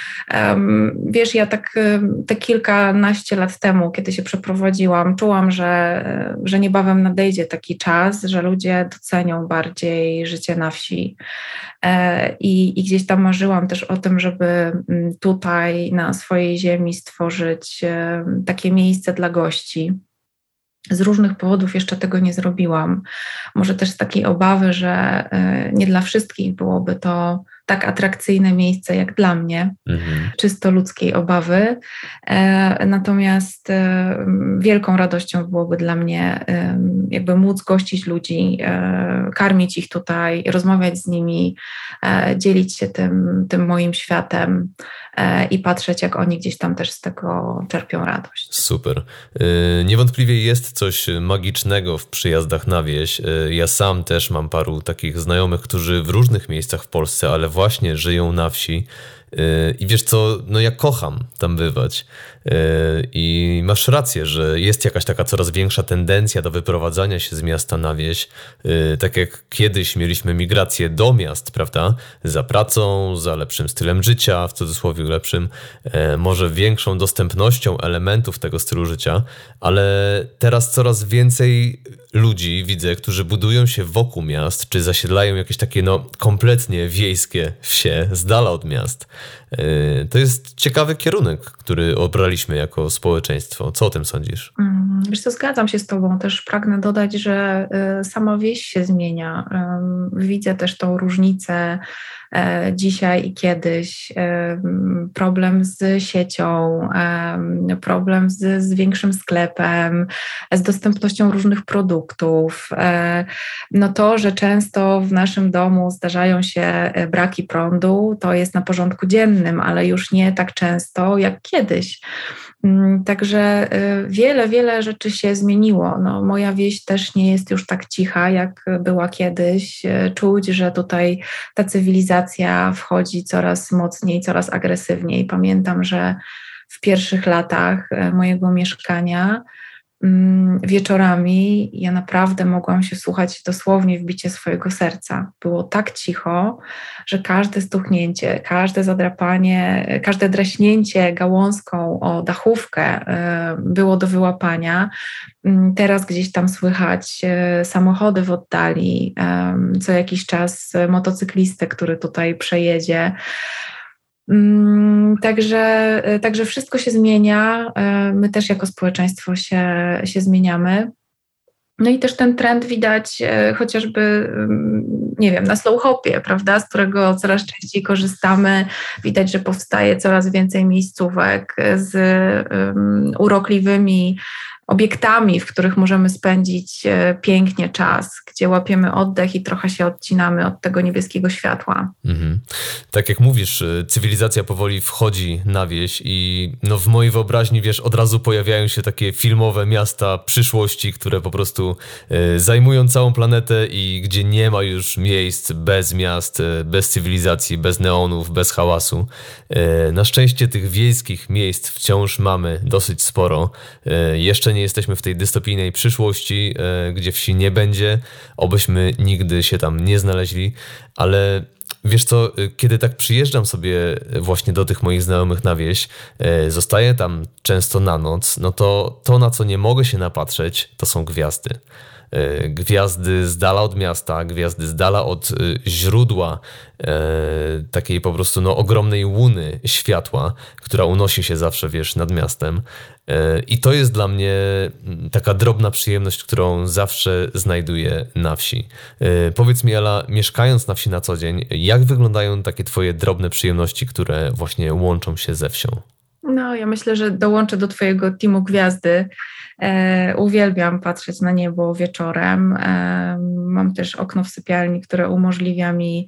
Wiesz, ja tak te kilkanaście lat temu, kiedy się przeprowadziłam, czułam, że niebawem nadejdzie taki czas, że ludzie docenią bardziej życie na wsi. I gdzieś tam marzyłam też o tym, żeby tutaj na swojej ziemi stworzyć takie miejsce dla gości. Z różnych powodów jeszcze tego nie zrobiłam. Może też z takiej obawy, że nie dla wszystkich byłoby to tak atrakcyjne miejsce jak dla mnie, czysto ludzkiej obawy. Natomiast wielką radością byłoby dla mnie jakby móc gościć ludzi, karmić ich tutaj, rozmawiać z nimi, dzielić się tym moim światem i patrzeć, jak oni gdzieś tam też z tego czerpią radość. Super. Niewątpliwie jest coś magicznego w przyjazdach na wieś. Ja sam też mam paru takich znajomych, którzy w różnych miejscach w Polsce, ale właśnie żyją na wsi. I wiesz co, no ja kocham tam bywać. I masz rację, że jest jakaś taka coraz większa tendencja do wyprowadzania się z miasta na wieś. Tak jak kiedyś mieliśmy migrację do miast, prawda? Za pracą, za lepszym stylem życia, w cudzysłowie lepszym, może większą dostępnością elementów tego stylu życia, ale teraz coraz więcej ludzi widzę, którzy budują się wokół miast, czy zasiedlają jakieś takie kompletnie wiejskie wsie z dala od miast. To jest ciekawy kierunek, który obraliśmy jako społeczeństwo. Co o tym sądzisz? Wiesz co, zgadzam się z tobą. Też pragnę dodać, że sama wieś się zmienia. Widzę też tą różnicę dzisiaj i kiedyś. Problem z siecią, problem z większym sklepem, z dostępnością różnych produktów. No to, że często w naszym domu zdarzają się braki prądu, to jest na porządku dziennym, ale już nie tak często jak kiedyś. Także wiele rzeczy się zmieniło. No, moja wieś też nie jest już tak cicha, jak była kiedyś. Czuć, że tutaj ta cywilizacja wchodzi coraz mocniej, coraz agresywniej. Pamiętam, że w pierwszych latach mojego mieszkania wieczorami ja naprawdę mogłam się słuchać dosłownie w bicie swojego serca. Było tak cicho, że każde stuknięcie, każde zadrapanie, każde draśnięcie gałązką o dachówkę było do wyłapania. Teraz gdzieś tam słychać samochody w oddali, co jakiś czas motocyklistę, który tutaj przejedzie. Także wszystko się zmienia, my też jako społeczeństwo się zmieniamy. No i też ten trend widać chociażby, nie wiem, na slow hopie, prawda, z którego coraz częściej korzystamy. Widać, że powstaje coraz więcej miejscówek z urokliwymi obiektami, w których możemy spędzić pięknie czas, gdzie łapiemy oddech i trochę się odcinamy od tego niebieskiego światła. Tak jak mówisz, cywilizacja powoli wchodzi na wieś i no w mojej wyobraźni, wiesz, od razu pojawiają się takie filmowe miasta przyszłości, które po prostu zajmują całą planetę i gdzie nie ma już miejsc bez miast, bez cywilizacji, bez neonów, bez hałasu. Na szczęście tych wiejskich miejsc wciąż mamy dosyć sporo. Jeszcze nie jesteśmy w tej dystopijnej przyszłości, gdzie wsi nie będzie, obyśmy nigdy się tam nie znaleźli, ale wiesz co, kiedy tak przyjeżdżam sobie właśnie do tych moich znajomych na wieś, zostaję tam często na noc, no to na co nie mogę się napatrzeć, to są gwiazdy. Gwiazdy z dala od miasta, gwiazdy z dala od źródła takiej po prostu no, ogromnej łuny światła, która unosi się zawsze, wiesz, nad miastem. I to jest dla mnie taka drobna przyjemność, którą zawsze znajduję na wsi. Powiedz mi, Ela, mieszkając na wsi na co dzień, jak wyglądają takie twoje drobne przyjemności, które właśnie łączą się ze wsią? No, ja myślę, że dołączę do twojego teamu gwiazdy. Uwielbiam patrzeć na niebo wieczorem. Mam też okno w sypialni, które umożliwia mi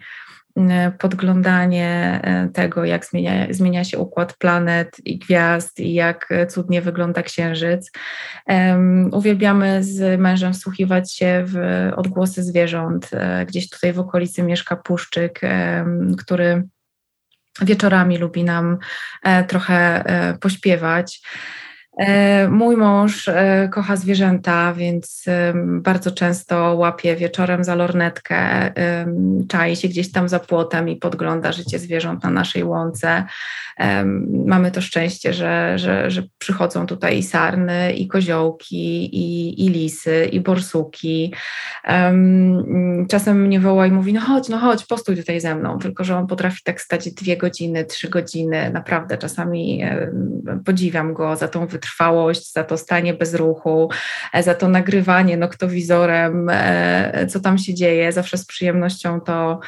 podglądanie tego, jak zmienia się układ planet i gwiazd i jak cudnie wygląda księżyc. Uwielbiamy z mężem wsłuchiwać się w odgłosy zwierząt. Gdzieś tutaj w okolicy mieszka puszczyk, który wieczorami lubi nam trochę pośpiewać. Mój mąż kocha zwierzęta, więc bardzo często łapie wieczorem za lornetkę, czai się gdzieś tam za płotem i podgląda życie zwierząt na naszej łące. Mamy to szczęście, że przychodzą tutaj i sarny, i koziołki, i lisy, i borsuki. Czasem mnie woła i mówi, no chodź, postój tutaj ze mną, tylko że on potrafi tak stać 2 godziny, 3 godziny, naprawdę czasami podziwiam go za tą wytrwałość, za to stanie bez ruchu, za to nagrywanie noktowizorem, co tam się dzieje. Zawsze z przyjemnością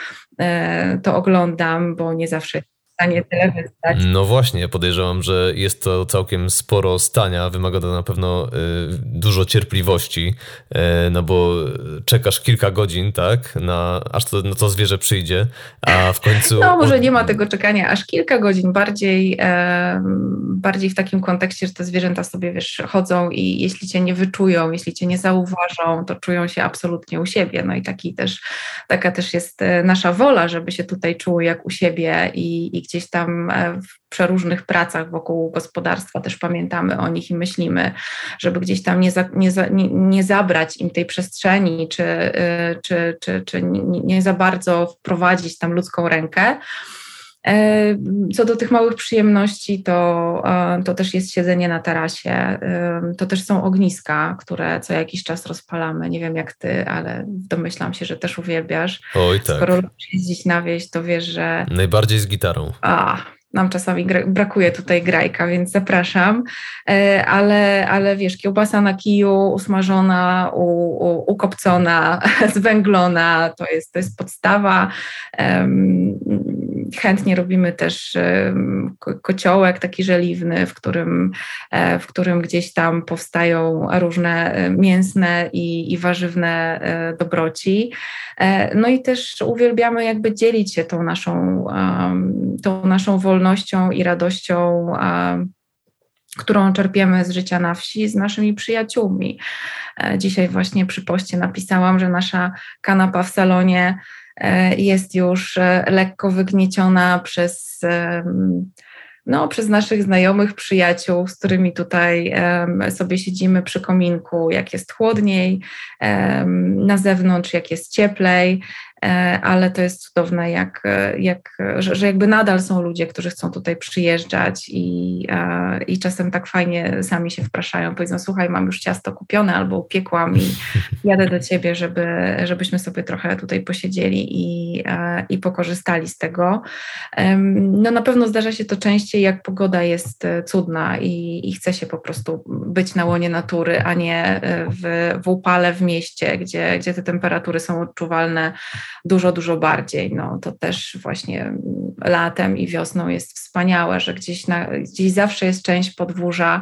to oglądam, bo nie zawsze w stanie tyle wystać. No właśnie, podejrzewam, że jest to całkiem sporo stania, wymaga to na pewno dużo cierpliwości, no bo czekasz kilka godzin, tak, aż to zwierzę przyjdzie, a w końcu... No może nie ma tego czekania aż kilka godzin, bardziej w takim kontekście, że te zwierzęta sobie, wiesz, chodzą i jeśli cię nie wyczują, jeśli cię nie zauważą, to czują się absolutnie u siebie, no i taka też jest nasza wola, żeby się tutaj czuły jak u siebie i gdzieś tam w przeróżnych pracach wokół gospodarstwa też pamiętamy o nich i myślimy, żeby gdzieś tam nie zabrać im tej przestrzeni, czy nie za bardzo wprowadzić tam ludzką rękę. Co do tych małych przyjemności, to też jest siedzenie na tarasie, to też są ogniska, które co jakiś czas rozpalamy. Nie wiem jak ty, ale domyślam się, że też uwielbiasz. Oj, tak. Skoro lubisz jeździć na wieś, to wiesz, że... Najbardziej z gitarą. Nam czasami brakuje tutaj grajka, więc zapraszam, ale wiesz, kiełbasa na kiju, usmażona, ukopcona, zwęglona, to jest podstawa. Chętnie robimy też kociołek taki żeliwny, w którym gdzieś tam powstają różne mięsne i warzywne dobroci. No i też uwielbiamy jakby dzielić się tą naszą wolnością i radością, którą czerpiemy z życia na wsi, z naszymi przyjaciółmi. Dzisiaj właśnie przy poście napisałam, że nasza kanapa w salonie jest już lekko wygnieciona przez naszych znajomych, przyjaciół, z którymi tutaj sobie siedzimy przy kominku, jak jest chłodniej, na zewnątrz, jak jest cieplej, ale to jest cudowne, że jakby nadal są ludzie, którzy chcą tutaj przyjeżdżać i czasem tak fajnie sami się wpraszają, powiedzą, słuchaj, mam już ciasto kupione albo upiekłam i jadę do ciebie, żebyśmy sobie trochę tutaj posiedzieli i pokorzystali z tego. No na pewno zdarza się to częściej, jak pogoda jest cudna i chce się po prostu być na łonie natury, a nie w upale w mieście, gdzie te temperatury są odczuwalne dużo, dużo bardziej. No, to też właśnie latem i wiosną jest wspaniałe, że gdzieś zawsze jest część podwórza,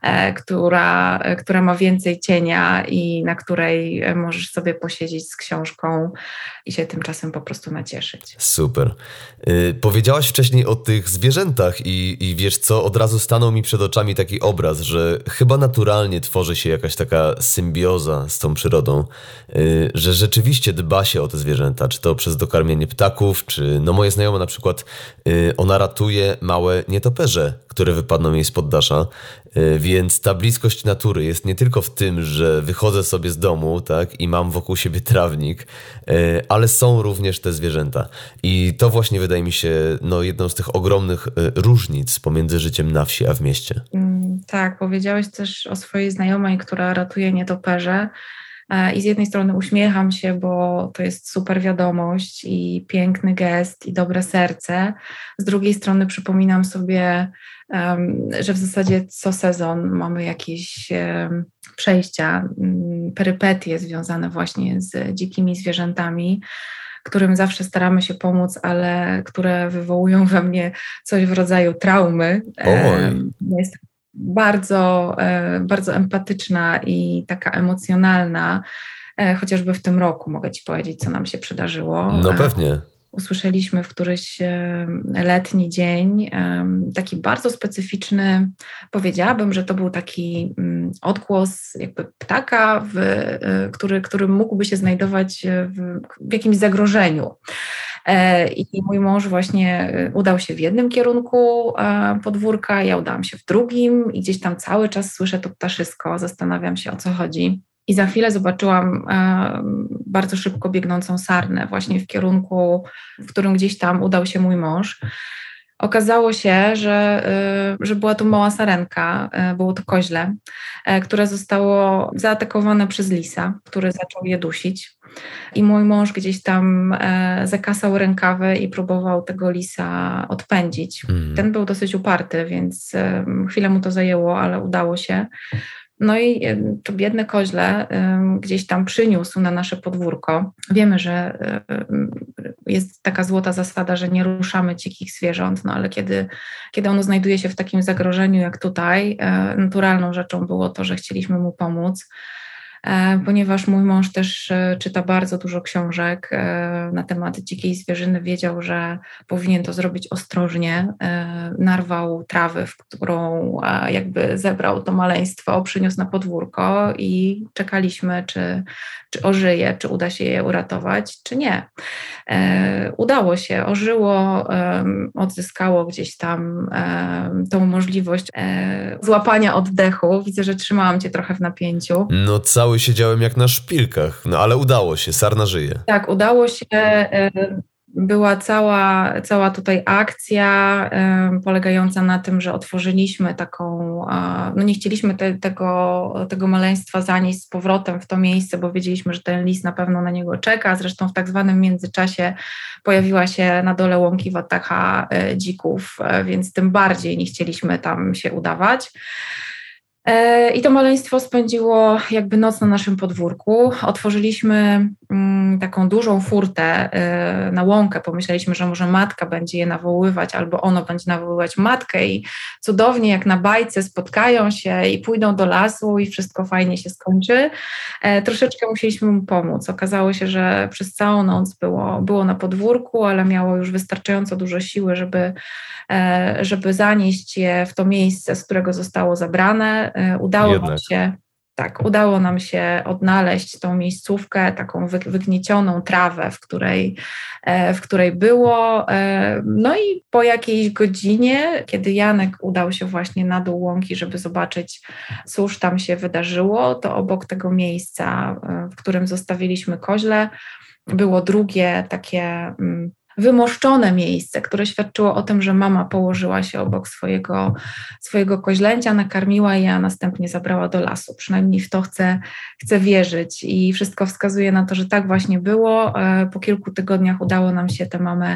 która ma więcej cienia i na której możesz sobie posiedzieć z książką i się tymczasem po prostu nacieszyć. Super. Powiedziałaś wcześniej o tych zwierzętach i wiesz co, od razu stanął mi przed oczami taki obraz, że chyba naturalnie tworzy się jakaś taka symbioza z tą przyrodą, że rzeczywiście dba się o te zwierzęta, czy to przez dokarmianie ptaków, czy no moja znajoma na przykład, ona ratuje małe nietoperze, które wypadną jej z poddasza, więc ta bliskość natury jest nie tylko w tym, że wychodzę sobie z domu, tak, i mam wokół siebie trawnik, ale są również te zwierzęta. I to właśnie wydaje mi się jedną z tych ogromnych różnic pomiędzy życiem na wsi a w mieście. Tak, powiedziałeś też o swojej znajomej, która ratuje nietoperze. I z jednej strony uśmiecham się, bo to jest super wiadomość i piękny gest i dobre serce. Z drugiej strony przypominam sobie, że w zasadzie co sezon mamy jakieś przejścia, perypetie związane właśnie z dzikimi zwierzętami, którym zawsze staramy się pomóc, ale które wywołują we mnie coś w rodzaju traumy. Jest bardzo, bardzo empatyczna i taka emocjonalna, chociażby w tym roku mogę Ci powiedzieć, co nam się przydarzyło. No pewnie. Usłyszeliśmy w któryś letni dzień taki bardzo specyficzny, powiedziałabym, że to był taki odgłos jakby ptaka, który mógłby się znajdować w jakimś zagrożeniu. I mój mąż właśnie udał się w jednym kierunku podwórka, ja udałam się w drugim i gdzieś tam cały czas słyszę to ptaszysko, zastanawiam się, o co chodzi. I za chwilę zobaczyłam bardzo szybko biegnącą sarnę właśnie w kierunku, w którym gdzieś tam udał się mój mąż. Okazało się, że była to mała sarenka, było to koźle, które zostało zaatakowane przez lisa, który zaczął je dusić. I mój mąż gdzieś tam zakasał rękawy i próbował tego lisa odpędzić. Ten był dosyć uparty, więc chwilę mu to zajęło, ale udało się. No i to biedne koźle gdzieś tam przyniósł na nasze podwórko. Wiemy, że jest taka złota zasada, że nie ruszamy dzikich zwierząt, no ale kiedy ono znajduje się w takim zagrożeniu jak tutaj, naturalną rzeczą było to, że chcieliśmy mu pomóc. Ponieważ mój mąż też czyta bardzo dużo książek na temat dzikiej zwierzyny, wiedział, że powinien to zrobić ostrożnie. Narwał trawy, w którą jakby zebrał to maleństwo, przyniósł na podwórko i czekaliśmy, czy ożyje, czy uda się je uratować, czy nie. Udało się, ożyło, odzyskało gdzieś tam tą możliwość złapania oddechu. Widzę, że trzymałam Cię trochę w napięciu. No cały siedziałem jak na szpilkach, ale udało się, sarna żyje. Tak, udało się. Była cała tutaj akcja polegająca na tym, że otworzyliśmy taką, nie chcieliśmy tego maleństwa zanieść z powrotem w to miejsce, bo wiedzieliśmy, że ten lis na pewno na niego czeka. Zresztą w tak zwanym międzyczasie pojawiła się na dole łąki watacha dzików, więc tym bardziej nie chcieliśmy tam się udawać. I to maleństwo spędziło jakby noc na naszym podwórku. Otworzyliśmy taką dużą furtę na łąkę. Pomyśleliśmy, że może matka będzie je nawoływać albo ono będzie nawoływać matkę i cudownie jak na bajce spotkają się i pójdą do lasu i wszystko fajnie się skończy. Troszeczkę musieliśmy mu pomóc. Okazało się, że przez całą noc było na podwórku, ale miało już wystarczająco dużo siły, żeby zanieść je w to miejsce, z którego zostało zabrane. Udało nam się odnaleźć tą miejscówkę, taką wygniecioną trawę, w której było. No i po jakiejś godzinie, kiedy Janek udał się właśnie na dół łąki, żeby zobaczyć, cóż tam się wydarzyło, to obok tego miejsca, w którym zostawiliśmy koźle, było drugie takie wymoszczone miejsce, które świadczyło o tym, że mama położyła się obok swojego koźlęcia, nakarmiła je, a następnie zabrała do lasu. Przynajmniej w to chcę wierzyć i wszystko wskazuje na to, że tak właśnie było. Po kilku tygodniach udało nam się tę mamę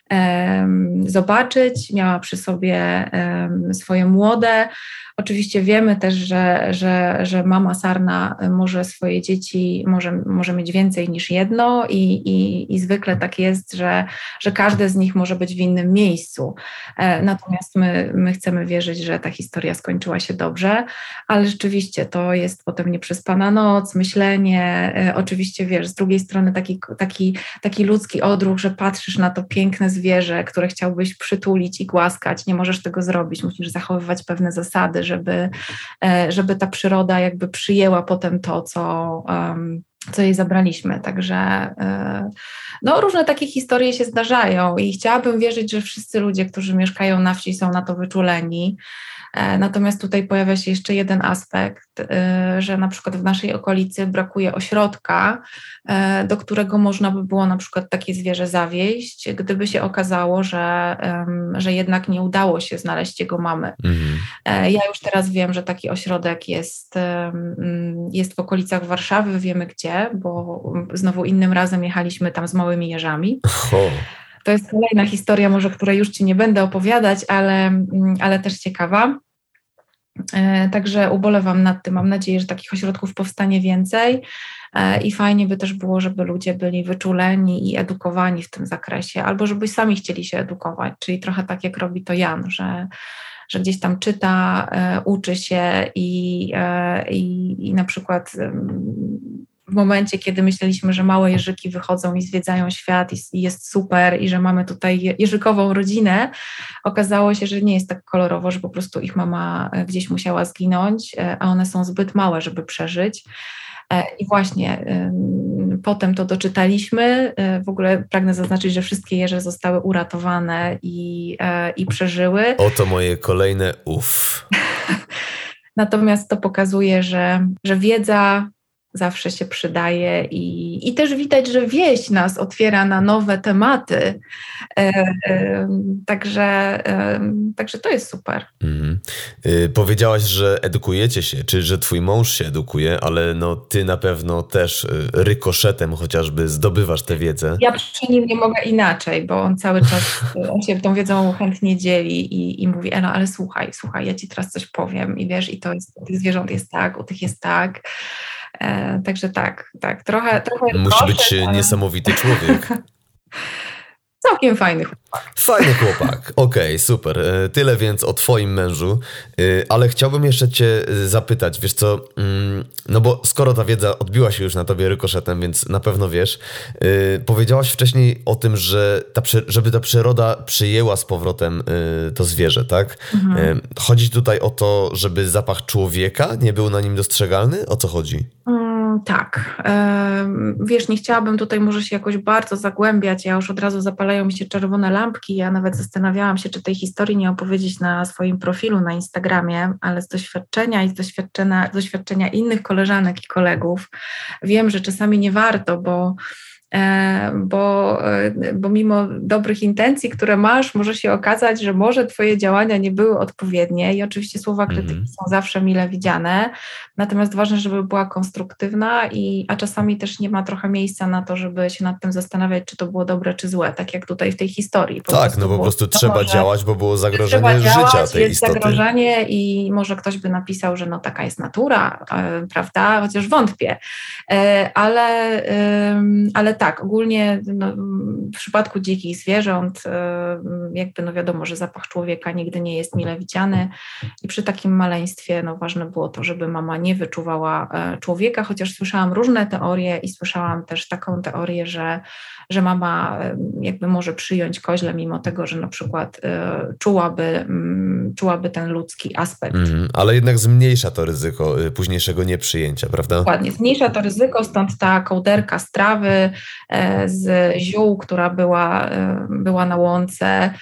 zobaczyć. Miała przy sobie swoje młode. Oczywiście wiemy też, że mama sarna może swoje dzieci, może mieć więcej niż jedno i zwykle tak jest, że każde z nich może być w innym miejscu. Natomiast my chcemy wierzyć, że ta historia skończyła się dobrze, ale rzeczywiście to jest potem nieprzespana noc, myślenie, oczywiście wiesz, z drugiej strony taki ludzki odruch, że patrzysz na to piękne zwierzę, które chciałbyś przytulić i głaskać, nie możesz tego zrobić, musisz zachowywać pewne zasady, żeby ta przyroda jakby przyjęła potem to, co jej zabraliśmy. Także no, różne takie historie się zdarzają i chciałabym wierzyć, że wszyscy ludzie, którzy mieszkają na wsi, są na to wyczuleni. Natomiast tutaj pojawia się jeszcze jeden aspekt, że na przykład w naszej okolicy brakuje ośrodka, do którego można by było na przykład takie zwierzę zawieźć, gdyby się okazało, że jednak nie udało się znaleźć jego mamy. Mhm. Ja już teraz wiem, że taki ośrodek jest w okolicach Warszawy, wiemy gdzie, bo znowu innym razem jechaliśmy tam z małymi jeżami. To jest kolejna historia, może której już Ci nie będę opowiadać, ale też ciekawa. Także ubolewam nad tym. Mam nadzieję, że takich ośrodków powstanie więcej i fajnie by też było, żeby ludzie byli wyczuleni i edukowani w tym zakresie, albo żeby sami chcieli się edukować, czyli trochę tak jak robi to Jan, że gdzieś tam czyta, uczy się i na przykład w momencie, kiedy myśleliśmy, że małe jeżyki wychodzą i zwiedzają świat i jest super i że mamy tutaj jeżykową rodzinę, okazało się, że nie jest tak kolorowo, że po prostu ich mama gdzieś musiała zginąć, a one są zbyt małe, żeby przeżyć. I właśnie potem to doczytaliśmy. W ogóle pragnę zaznaczyć, że wszystkie jeże zostały uratowane i przeżyły. Oto moje kolejne Natomiast to pokazuje, że wiedza zawsze się przydaje i też widać, że wieś nas otwiera na nowe tematy. Także to jest super. Powiedziałaś, że edukujecie się, czy że twój mąż się edukuje, ale no ty na pewno też rykoszetem chociażby zdobywasz tę wiedzę. Ja przy nim nie mogę inaczej, bo on cały czas się tą wiedzą chętnie dzieli i mówi: Ela, ale słuchaj, ja ci teraz coś powiem i wiesz, i to jest, u tych zwierząt jest tak, u tych jest tak. Także tak, trochę musi być niesamowity człowiek. Całkiem fajny chłopak. Fajny chłopak, okej, super. Tyle więc o twoim mężu, ale chciałbym jeszcze cię zapytać, wiesz co, no bo skoro ta wiedza odbiła się już na tobie rykoszetem, więc na pewno wiesz, powiedziałaś wcześniej o tym, że żeby ta przyroda przyjęła z powrotem to zwierzę, tak? Mhm. Chodzi tutaj o to, żeby zapach człowieka nie był na nim dostrzegalny? O co chodzi? Tak. Wiesz, nie chciałabym tutaj może się jakoś bardzo zagłębiać. Ja już od razu zapalają mi się czerwone lampki. Ja nawet zastanawiałam się, czy tej historii nie opowiedzieć na swoim profilu na Instagramie, ale z doświadczenia i z doświadczenia innych koleżanek i kolegów wiem, że czasami nie warto, bo mimo dobrych intencji, które masz, może się okazać, że może twoje działania nie były odpowiednie i oczywiście słowa krytyki są zawsze mile widziane, natomiast ważne, żeby była konstruktywna, a czasami też nie ma trochę miejsca na to, żeby się nad tym zastanawiać, czy to było dobre, czy złe, tak jak tutaj w tej historii. Tak, no po prostu trzeba działać, bo było zagrożenie życia tej jest istoty. Zagrożenie i może ktoś by napisał, że no taka jest natura, prawda, chociaż wątpię, ale tak, ogólnie w przypadku dzikich zwierząt jakby no wiadomo, że zapach człowieka nigdy nie jest mile widziany i przy takim maleństwie no ważne było to, żeby mama nie wyczuwała człowieka, chociaż słyszałam różne teorie i słyszałam też taką teorię, że mama jakby może przyjąć koźle mimo tego, że na przykład czułaby ten ludzki aspekt. Ale jednak zmniejsza to ryzyko późniejszego nieprzyjęcia, prawda? Dokładnie, zmniejsza to ryzyko, stąd ta kołderka z trawy, z ziół, która była na łące.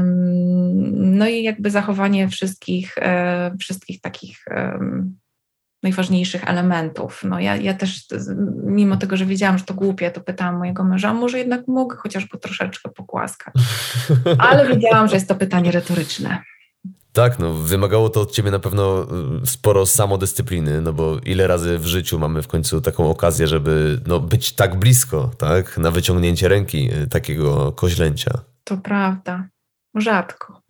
No i jakby zachowanie wszystkich takich najważniejszych elementów. No ja też, mimo tego, że wiedziałam, że to głupie, to pytałam mojego męża, może jednak mogę chociaż go troszeczkę pogłaskać. Ale wiedziałam, że jest to pytanie retoryczne. Tak, no wymagało to od ciebie na pewno sporo samodyscypliny, no bo ile razy w życiu mamy w końcu taką okazję, żeby być tak blisko, tak, na wyciągnięcie ręki takiego koźlęcia. To prawda. Rzadko.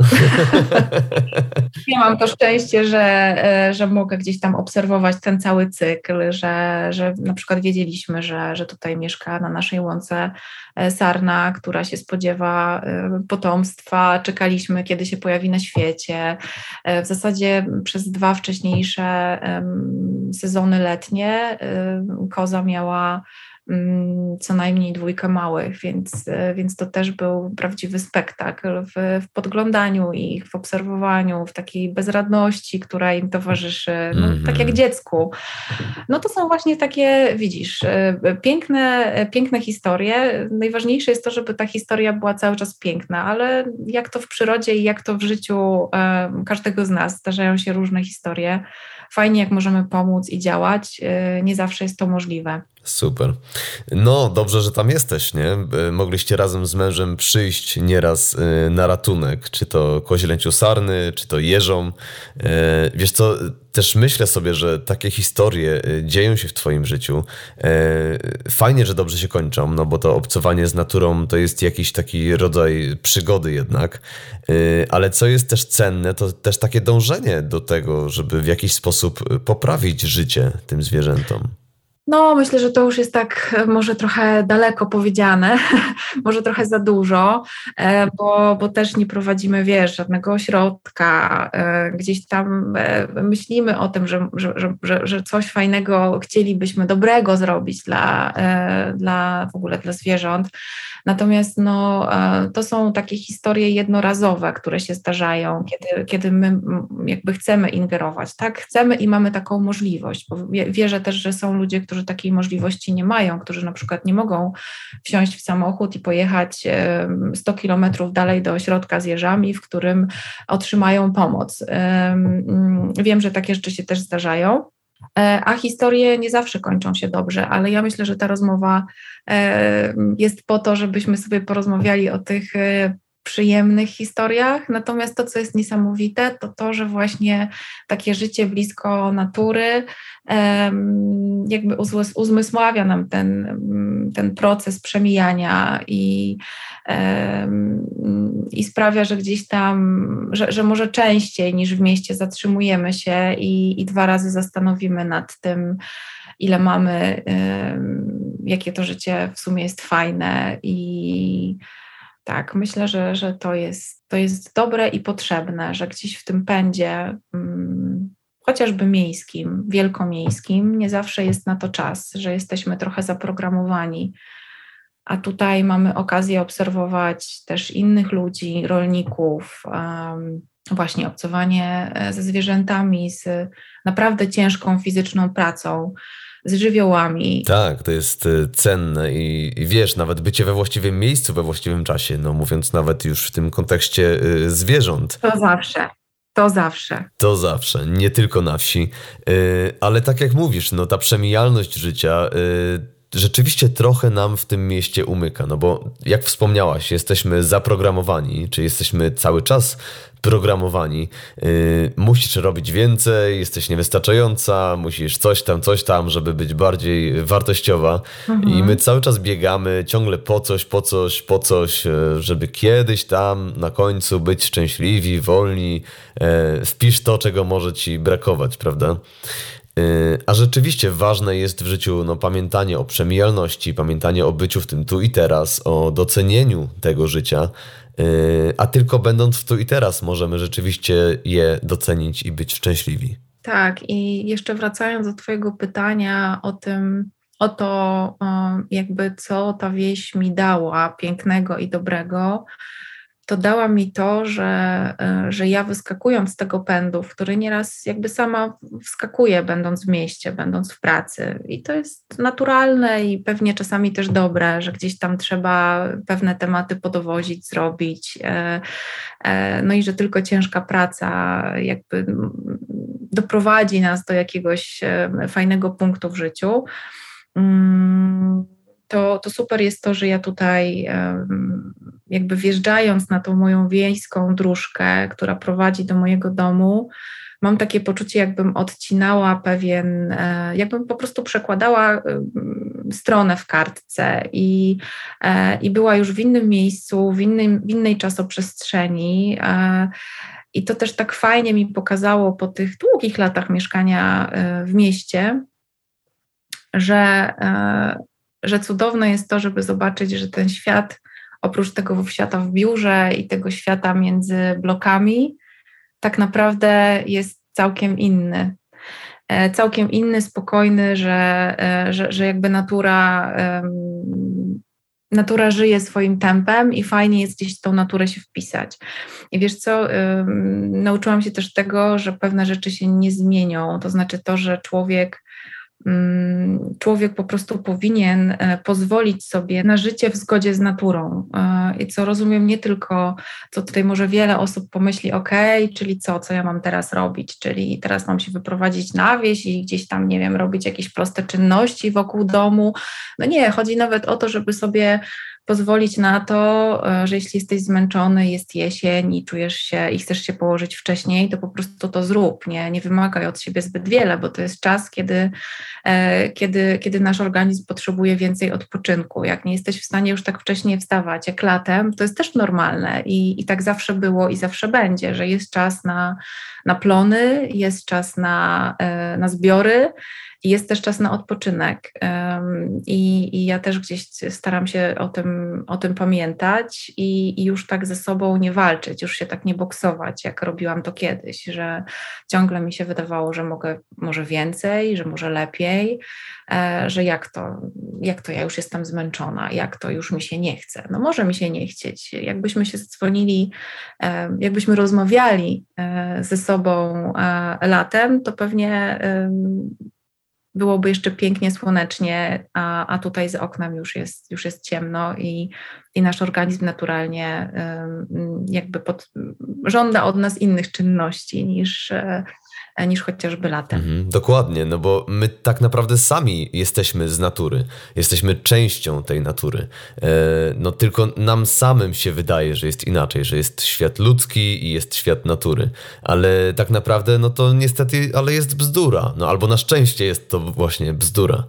Ja mam to szczęście, że mogę gdzieś tam obserwować ten cały cykl, że na przykład wiedzieliśmy, że tutaj mieszka na naszej łące sarna, która się spodziewa potomstwa. Czekaliśmy, kiedy się pojawi na świecie. W zasadzie przez 2 wcześniejsze sezony letnie koza miała co najmniej 2 małych, więc to też był prawdziwy spektakl w podglądanieniu ich, w obserwowaniu, w takiej bezradności, która im towarzyszy, tak jak dziecku. No to są właśnie takie, widzisz, piękne historie. Najważniejsze jest to, żeby ta historia była cały czas piękna, ale jak to w przyrodzie i jak to w życiu każdego z nas, zdarzają się różne historie. Fajnie, jak możemy pomóc i działać. Nie zawsze jest to możliwe. Super. No, dobrze, że tam jesteś, nie? Mogliście razem z mężem przyjść nieraz na ratunek, czy to koźlęciu sarny, czy to jeżom. Wiesz co, też myślę sobie, że takie historie dzieją się w twoim życiu. Fajnie, że dobrze się kończą, no bo to obcowanie z naturą to jest jakiś taki rodzaj przygody jednak. Ale co jest też cenne, to też takie dążenie do tego, żeby w jakiś sposób poprawić życie tym zwierzętom. No, myślę, że to już jest tak może trochę daleko powiedziane, może trochę za dużo, bo też nie prowadzimy, żadnego ośrodka, gdzieś tam myślimy o tym, że coś fajnego chcielibyśmy, dobrego zrobić w ogóle dla zwierząt. Natomiast to są takie historie jednorazowe, które się zdarzają, kiedy my jakby chcemy ingerować, tak? Chcemy i mamy taką możliwość, bo wierzę też, że są ludzie, którzy takiej możliwości nie mają, którzy na przykład nie mogą wsiąść w samochód i pojechać 100 kilometrów dalej do ośrodka z jeżami, w którym otrzymają pomoc. Wiem, że takie rzeczy się też zdarzają. A historie nie zawsze kończą się dobrze, ale ja myślę, że ta rozmowa jest po to, żebyśmy sobie porozmawiali o tych przyjemnych historiach, natomiast to, co jest niesamowite, to, że właśnie takie życie blisko natury jakby uzmysławia nam ten proces przemijania i sprawia, że gdzieś tam, że może częściej niż w mieście zatrzymujemy się i 2 razy zastanowimy nad tym, ile mamy, jakie to życie w sumie jest fajne i tak, myślę, że to jest dobre i potrzebne, że gdzieś w tym pędzie, chociażby miejskim, wielkomiejskim, nie zawsze jest na to czas, że jesteśmy trochę zaprogramowani. A tutaj mamy okazję obserwować też innych ludzi, rolników, właśnie obcowanie ze zwierzętami, z naprawdę ciężką fizyczną pracą, z żywiołami. Tak, to jest cenne i wiesz, nawet bycie we właściwym miejscu, we właściwym czasie, mówiąc nawet już w tym kontekście zwierząt. To zawsze, nie tylko na wsi, ale tak jak mówisz, ta przemijalność życia rzeczywiście trochę nam w tym mieście umyka, bo jak wspomniałaś, jesteśmy zaprogramowani, czy jesteśmy cały czas programowani. Musisz robić więcej, jesteś niewystarczająca, musisz coś tam, żeby być bardziej wartościowa. I my cały czas biegamy ciągle po coś, żeby kiedyś tam na końcu być szczęśliwi, wolni. Wpisz to, czego może ci brakować, prawda? A rzeczywiście ważne jest w życiu pamiętanie o przemijalności, pamiętanie o byciu w tym tu i teraz, o docenieniu tego życia, a tylko będąc w tu i teraz możemy rzeczywiście je docenić i być szczęśliwi. Tak, i jeszcze wracając do twojego pytania o to jakby co ta wieś mi dała pięknego i dobrego, to dała mi to, że ja wyskakując z tego pędu, w który nieraz jakby sama wskakuję, będąc w mieście, będąc w pracy. I to jest naturalne i pewnie czasami też dobre, że gdzieś tam trzeba pewne tematy podowozić, zrobić. No i że tylko ciężka praca jakby doprowadzi nas do jakiegoś fajnego punktu w życiu. To super jest to, że ja tutaj jakby wjeżdżając na tą moją wiejską dróżkę, która prowadzi do mojego domu, mam takie poczucie, jakbym odcinała jakbym po prostu przekładała stronę w kartce i była już w innym miejscu, w innej czasoprzestrzeni. I to też tak fajnie mi pokazało po tych długich latach mieszkania w mieście, że cudowne jest to, żeby zobaczyć, że ten świat, oprócz tego świata w biurze i tego świata między blokami, tak naprawdę jest całkiem inny. Całkiem inny, spokojny, że jakby natura żyje swoim tempem i fajnie jest gdzieś w tą naturę się wpisać. I wiesz co, nauczyłam się też tego, że pewne rzeczy się nie zmienią. To znaczy to, że człowiek po prostu powinien pozwolić sobie na życie w zgodzie z naturą. I co rozumiem, nie tylko, co tutaj może wiele osób pomyśli, czyli co ja mam teraz robić, czyli teraz mam się wyprowadzić na wieś i gdzieś tam, nie wiem, robić jakieś proste czynności wokół domu. No nie, chodzi nawet o to, żeby sobie pozwolić na to, że jeśli jesteś zmęczony, jest jesień i czujesz się i chcesz się położyć wcześniej, to po prostu to zrób, nie wymagaj od siebie zbyt wiele, bo to jest czas, kiedy nasz organizm potrzebuje więcej odpoczynku. Jak nie jesteś w stanie już tak wcześnie wstawać jak latem, to jest też normalne i tak zawsze było i zawsze będzie, że jest czas na plony, jest czas na zbiory, i jest też czas na odpoczynek i ja też gdzieś staram się o tym pamiętać i już tak ze sobą nie walczyć, już się tak nie boksować, jak robiłam to kiedyś, że ciągle mi się wydawało, że mogę może więcej, że może lepiej, że jak to ja już jestem zmęczona, jak to już mi się nie chce. No może mi się nie chcieć. Jakbyśmy się zdzwonili, jakbyśmy rozmawiali ze sobą latem, to pewnie byłoby jeszcze pięknie, słonecznie, a tutaj za oknem już jest ciemno i nasz organizm naturalnie jakby żąda od nas innych czynności niż chociażby latem. Dokładnie, no bo my tak naprawdę sami jesteśmy z natury, jesteśmy częścią tej natury. No tylko nam samym się wydaje, że jest inaczej, że jest świat ludzki i jest świat natury, ale tak naprawdę no to niestety, ale jest bzdura, no albo na szczęście jest to właśnie bzdura.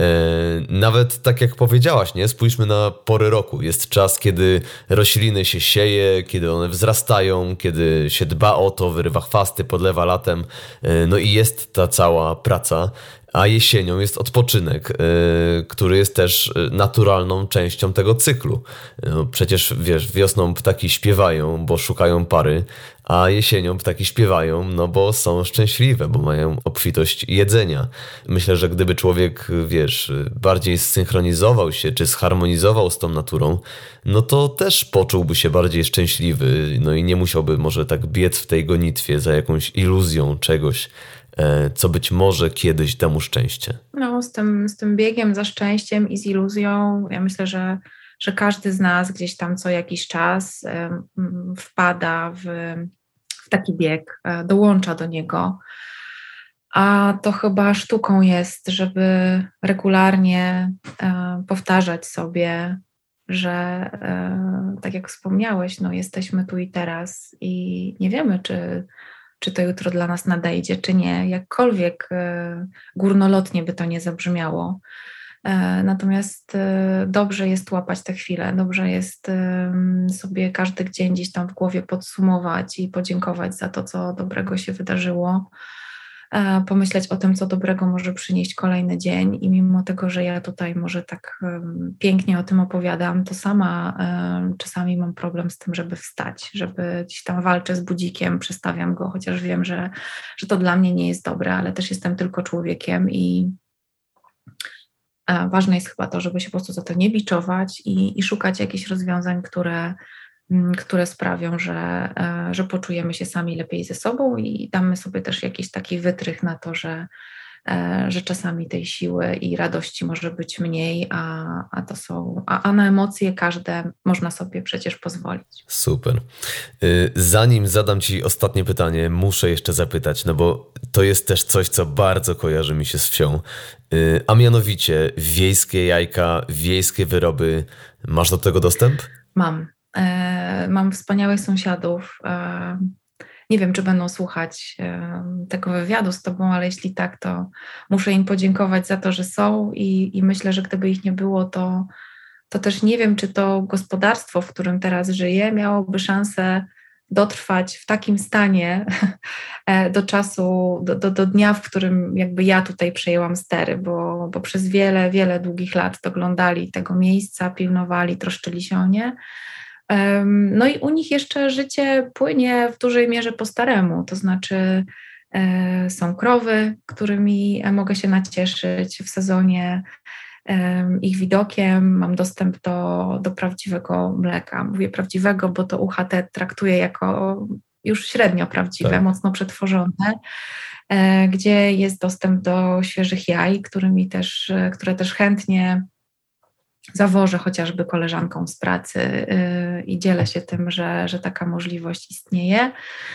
Nawet tak jak powiedziałaś, nie? Spójrzmy na pory roku. Jest czas, kiedy rośliny się sieje, kiedy one wzrastają, kiedy się dba o to, wyrywa chwasty, podlewa latem. No i jest ta cała praca, a jesienią jest odpoczynek, który jest też naturalną częścią tego cyklu. No przecież wiesz, wiosną ptaki śpiewają, bo szukają pary, a jesienią ptaki śpiewają, no bo są szczęśliwe, bo mają obfitość jedzenia. Myślę, że gdyby człowiek, wiesz, bardziej zsynchronizował się, czy zharmonizował z tą naturą, no to też poczułby się bardziej szczęśliwy, no i nie musiałby może tak biec w tej gonitwie za jakąś iluzją czegoś, co być może kiedyś da mu szczęście. No, z tym biegiem za szczęściem i z iluzją, ja myślę, że każdy z nas gdzieś tam co jakiś czas wpada w taki bieg, dołącza do niego. A to chyba sztuką jest, żeby regularnie powtarzać sobie, że tak jak wspomniałeś, no jesteśmy tu i teraz i nie wiemy, czy to jutro dla nas nadejdzie, czy nie. Jakkolwiek górnolotnie by to nie zabrzmiało. Natomiast dobrze jest łapać te chwile, dobrze jest sobie każdy dzień gdzieś tam w głowie podsumować i podziękować za to, co dobrego się wydarzyło. Pomyśleć o tym, co dobrego może przynieść kolejny dzień i mimo tego, że ja tutaj może tak pięknie o tym opowiadam, to sama czasami mam problem z tym, żeby wstać, żeby gdzieś tam walczę z budzikiem, przestawiam go, chociaż wiem, że to dla mnie nie jest dobre, ale też jestem tylko człowiekiem i ważne jest chyba to, żeby się po prostu za to nie biczować i szukać jakichś rozwiązań, które sprawią, że poczujemy się sami lepiej ze sobą i damy sobie też jakiś taki wytrych na to, że że czasami tej siły i radości może być mniej, a na emocje każde można sobie przecież pozwolić. Super. Zanim zadam Ci ostatnie pytanie, muszę jeszcze zapytać, no bo to jest też coś, co bardzo kojarzy mi się z wsią, a mianowicie wiejskie jajka, wiejskie wyroby. Masz do tego dostęp? Mam wspaniałych sąsiadów. Nie wiem, czy będą słuchać tego wywiadu z Tobą, ale jeśli tak, to muszę im podziękować za to, że są i myślę, że gdyby ich nie było, to też nie wiem, czy to gospodarstwo, w którym teraz żyję, miałoby szansę dotrwać w takim stanie do czasu, do dnia, w którym jakby ja tutaj przejęłam stery, bo przez wiele, wiele długich lat doglądali tego miejsca, pilnowali, troszczyli się o nie. No i u nich jeszcze życie płynie w dużej mierze po staremu, to znaczy są krowy, którymi mogę się nacieszyć w sezonie, ich widokiem, mam dostęp do prawdziwego mleka. Mówię prawdziwego, bo to UHT traktuję jako już średnio prawdziwe, tak, mocno przetworzone, gdzie jest dostęp do świeżych jaj, które też chętnie zawożę chociażby koleżankom z pracy i dzielę się tym, że taka możliwość istnieje.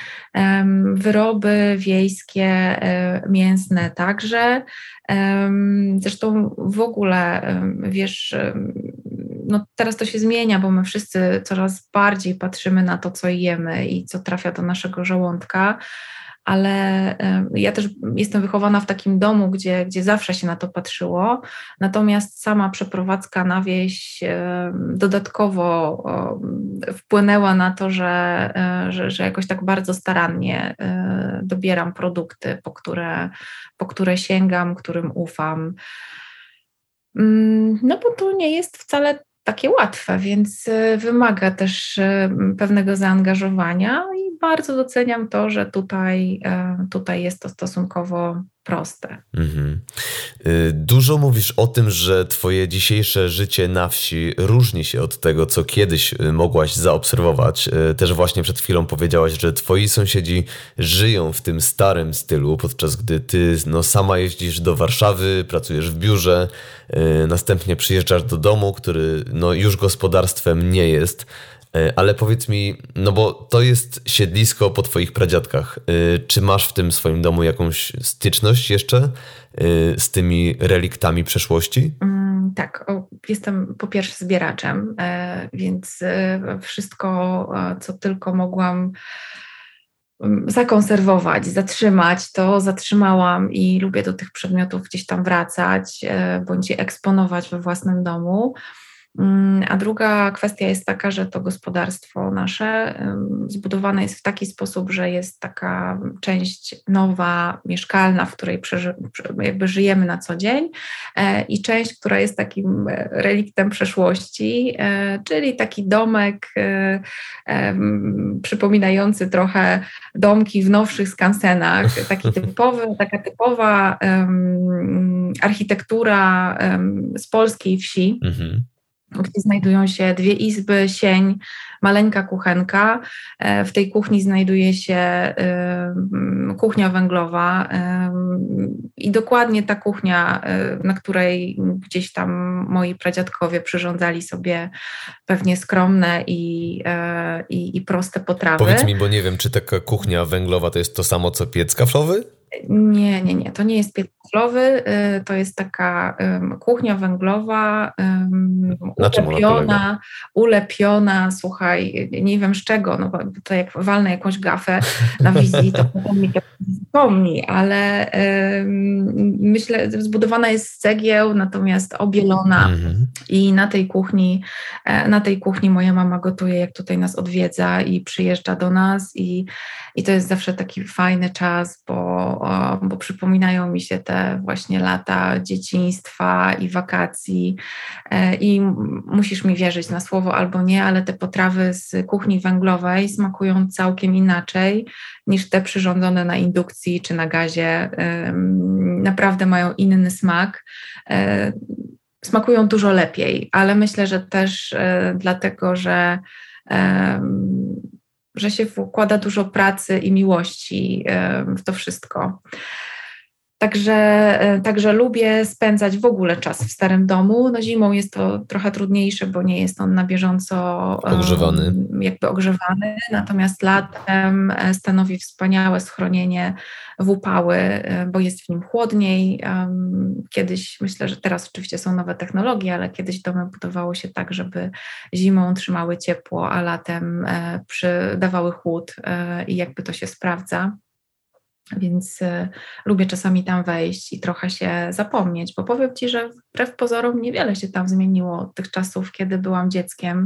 Wyroby wiejskie, mięsne także. Zresztą w ogóle, wiesz, no teraz to się zmienia, bo my wszyscy coraz bardziej patrzymy na to, co jemy i co trafia do naszego żołądka, ale ja też jestem wychowana w takim domu, gdzie zawsze się na to patrzyło, natomiast sama przeprowadzka na wieś dodatkowo wpłynęła na to, że jakoś tak bardzo starannie dobieram produkty, po które sięgam, którym ufam. No bo to nie jest wcale takie łatwe, więc wymaga też pewnego zaangażowania i bardzo doceniam to, że tutaj jest to stosunkowo proste. Mhm. Dużo mówisz o tym, że twoje dzisiejsze życie na wsi różni się od tego, co kiedyś mogłaś zaobserwować. Też właśnie przed chwilą powiedziałaś, że twoi sąsiedzi żyją w tym starym stylu, podczas gdy ty sama jeździsz do Warszawy, pracujesz w biurze, następnie przyjeżdżasz do domu, który już gospodarstwem nie jest. Ale powiedz mi, bo to jest siedlisko po twoich pradziadkach. Czy masz w tym swoim domu jakąś styczność jeszcze z tymi reliktami przeszłości? Tak, jestem po pierwsze zbieraczem, więc wszystko, co tylko mogłam zakonserwować, zatrzymać, to zatrzymałam i lubię do tych przedmiotów gdzieś tam wracać bądź je eksponować we własnym domu. A druga kwestia jest taka, że to gospodarstwo nasze zbudowane jest w taki sposób, że jest taka część nowa, mieszkalna, w której jakby żyjemy na co dzień i część, która jest takim reliktem przeszłości, czyli taki domek przypominający trochę domki w nowszych skansenach, taka typowa architektura z polskiej wsi. Mhm. Gdzie znajdują się 2 izby, sień, maleńka kuchenka. W tej kuchni znajduje się kuchnia węglowa i dokładnie ta kuchnia, na której gdzieś tam moi pradziadkowie przyrządzali sobie pewnie skromne i proste potrawy. Powiedz mi, bo nie wiem, czy taka kuchnia węglowa to jest to samo, co piec kaflowy? Nie. To nie jest piec kaflowy, to jest taka kuchnia węglowa, ulepiona, słuchaj, nie wiem z czego, bo to jak walnę jakąś gafę na wizji, to potem mi to zapomni, ale myślę, zbudowana jest z cegieł, natomiast obielona i na tej kuchni moja mama gotuje, jak tutaj nas odwiedza i przyjeżdża do nas i to jest zawsze taki fajny czas, bo przypominają mi się te właśnie lata dzieciństwa i wakacji i musisz mi wierzyć na słowo albo nie, ale te potrawy z kuchni węglowej smakują całkiem inaczej niż te przyrządzone na indukcji czy na gazie. Naprawdę mają inny smak. Smakują dużo lepiej, ale myślę, że też dlatego, że się wkłada dużo pracy i miłości w to wszystko. Także lubię spędzać w ogóle czas w starym domu. No zimą jest to trochę trudniejsze, bo nie jest on na bieżąco ogrzewany. Natomiast latem stanowi wspaniałe schronienie w upały, bo jest w nim chłodniej. Kiedyś, myślę, że teraz oczywiście są nowe technologie, ale kiedyś domy budowało się tak, żeby zimą trzymały ciepło, a latem dawały chłód i jakby to się sprawdza. Więc lubię czasami tam wejść i trochę się zapomnieć, bo powiem Ci, że wbrew pozorom niewiele się tam zmieniło od tych czasów, kiedy byłam dzieckiem.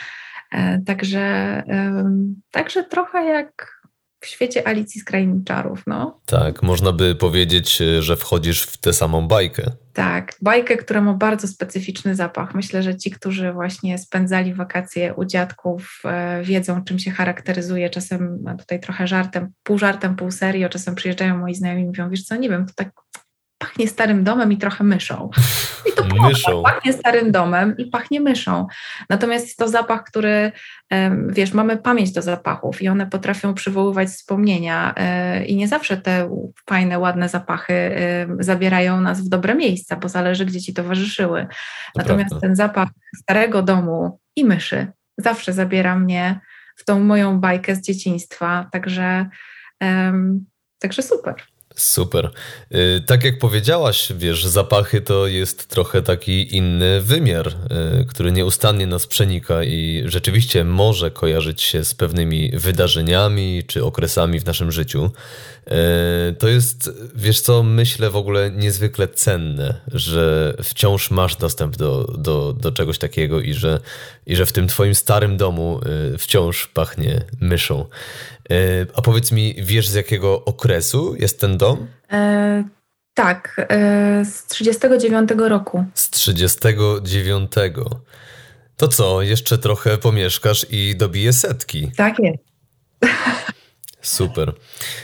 Także trochę jak w świecie Alicji z Krainy Czarów, no. Tak, można by powiedzieć, że wchodzisz w tę samą bajkę. Tak, bajkę, która ma bardzo specyficzny zapach. Myślę, że ci, którzy właśnie spędzali wakacje u dziadków, wiedzą, czym się charakteryzuje. Czasem tutaj trochę żartem, pół serio, czasem przyjeżdżają moi znajomi i mówią, wiesz co, nie wiem, to tak pachnie starym domem i trochę myszą. I to myszą. Pachnie starym domem i pachnie myszą. Natomiast jest to zapach, który, wiesz, mamy pamięć do zapachów i one potrafią przywoływać wspomnienia i nie zawsze te fajne, ładne zapachy zabierają nas w dobre miejsca, bo zależy, gdzie ci towarzyszyły. Natomiast ten zapach starego domu i myszy zawsze zabiera mnie w tą moją bajkę z dzieciństwa. Także super. Super. Tak jak powiedziałaś, wiesz, zapachy to jest trochę taki inny wymiar, który nieustannie nas przenika i rzeczywiście może kojarzyć się z pewnymi wydarzeniami czy okresami w naszym życiu. To jest, wiesz co, myślę w ogóle niezwykle cenne, że wciąż masz dostęp do czegoś takiego i że w tym twoim starym domu wciąż pachnie myszą. A powiedz mi, wiesz z jakiego okresu jest ten dom? Tak, z 39 roku. Z 39. To co, jeszcze trochę pomieszkasz i dobije setki. Tak jest. Super.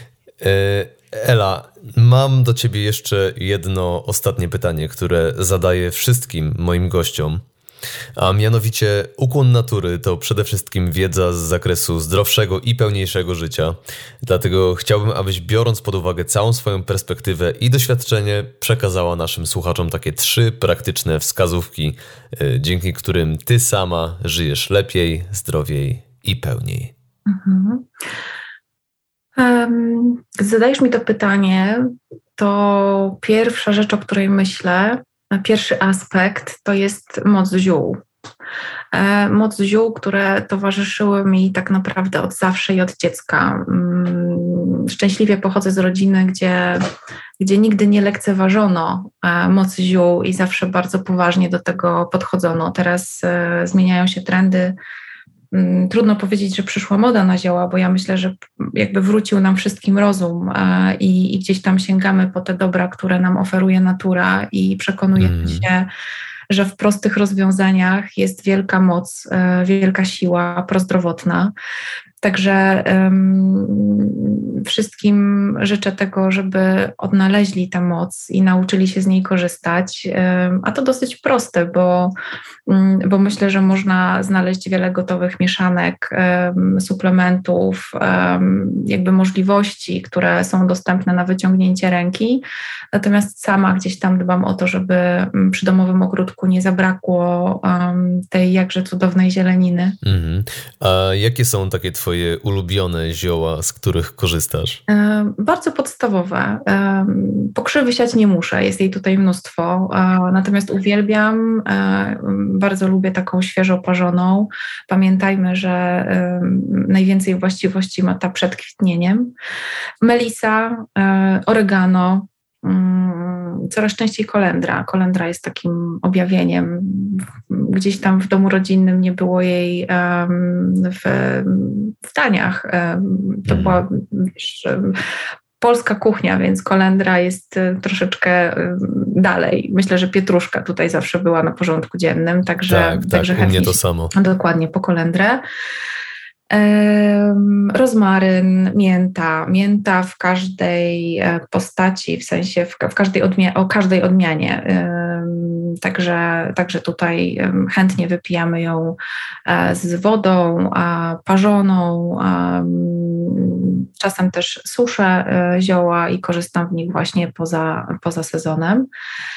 Ela, mam do ciebie jeszcze jedno ostatnie pytanie, które zadaję wszystkim moim gościom. A mianowicie ukłon natury to przede wszystkim wiedza z zakresu zdrowszego i pełniejszego życia. Dlatego chciałbym, abyś biorąc pod uwagę całą swoją perspektywę i doświadczenie przekazała naszym słuchaczom takie 3 praktyczne wskazówki, dzięki którym ty sama żyjesz lepiej, zdrowiej i pełniej. Gdy zadajesz mi to pytanie, to pierwsza rzecz, o której myślę, pierwszy aspekt to jest moc ziół. Moc ziół, które towarzyszyły mi tak naprawdę od zawsze i od dziecka. Szczęśliwie pochodzę z rodziny, gdzie nigdy nie lekceważono mocy ziół i zawsze bardzo poważnie do tego podchodzono. Teraz zmieniają się trendy. Trudno powiedzieć, że przyszła moda na zioła, bo ja myślę, że jakby wrócił nam wszystkim rozum i gdzieś tam sięgamy po te dobra, które nam oferuje natura i przekonujemy się, że w prostych rozwiązaniach jest wielka moc, wielka siła prozdrowotna. Także wszystkim życzę tego, żeby odnaleźli tę moc i nauczyli się z niej korzystać. A to dosyć proste, bo myślę, że można znaleźć wiele gotowych mieszanek, suplementów, jakby możliwości, które są dostępne na wyciągnięcie ręki. Natomiast sama gdzieś tam dbam o to, żeby przy domowym ogródku nie zabrakło tej jakże cudownej zieleniny. A jakie są takie twoje ulubione zioła, z których korzystasz? Bardzo podstawowe. Pokrzywy siać nie muszę, jest jej tutaj mnóstwo, natomiast uwielbiam, bardzo lubię taką świeżo parzoną. Pamiętajmy, że najwięcej właściwości ma ta przed kwitnieniem. Melisa, oregano, coraz częściej kolendra. Kolendra jest takim objawieniem. Gdzieś tam w domu rodzinnym nie było jej w daniach. To była polska kuchnia, więc kolendra jest troszeczkę dalej. Myślę, że pietruszka tutaj zawsze była na porządku dziennym. Także u mnie to samo. Dokładnie, po kolendrę. Rozmaryn, mięta w każdej postaci, w sensie o każdej odmianie. Także tutaj chętnie wypijamy ją z wodą parzoną, Czasem też suszę zioła i korzystam w nich właśnie poza sezonem.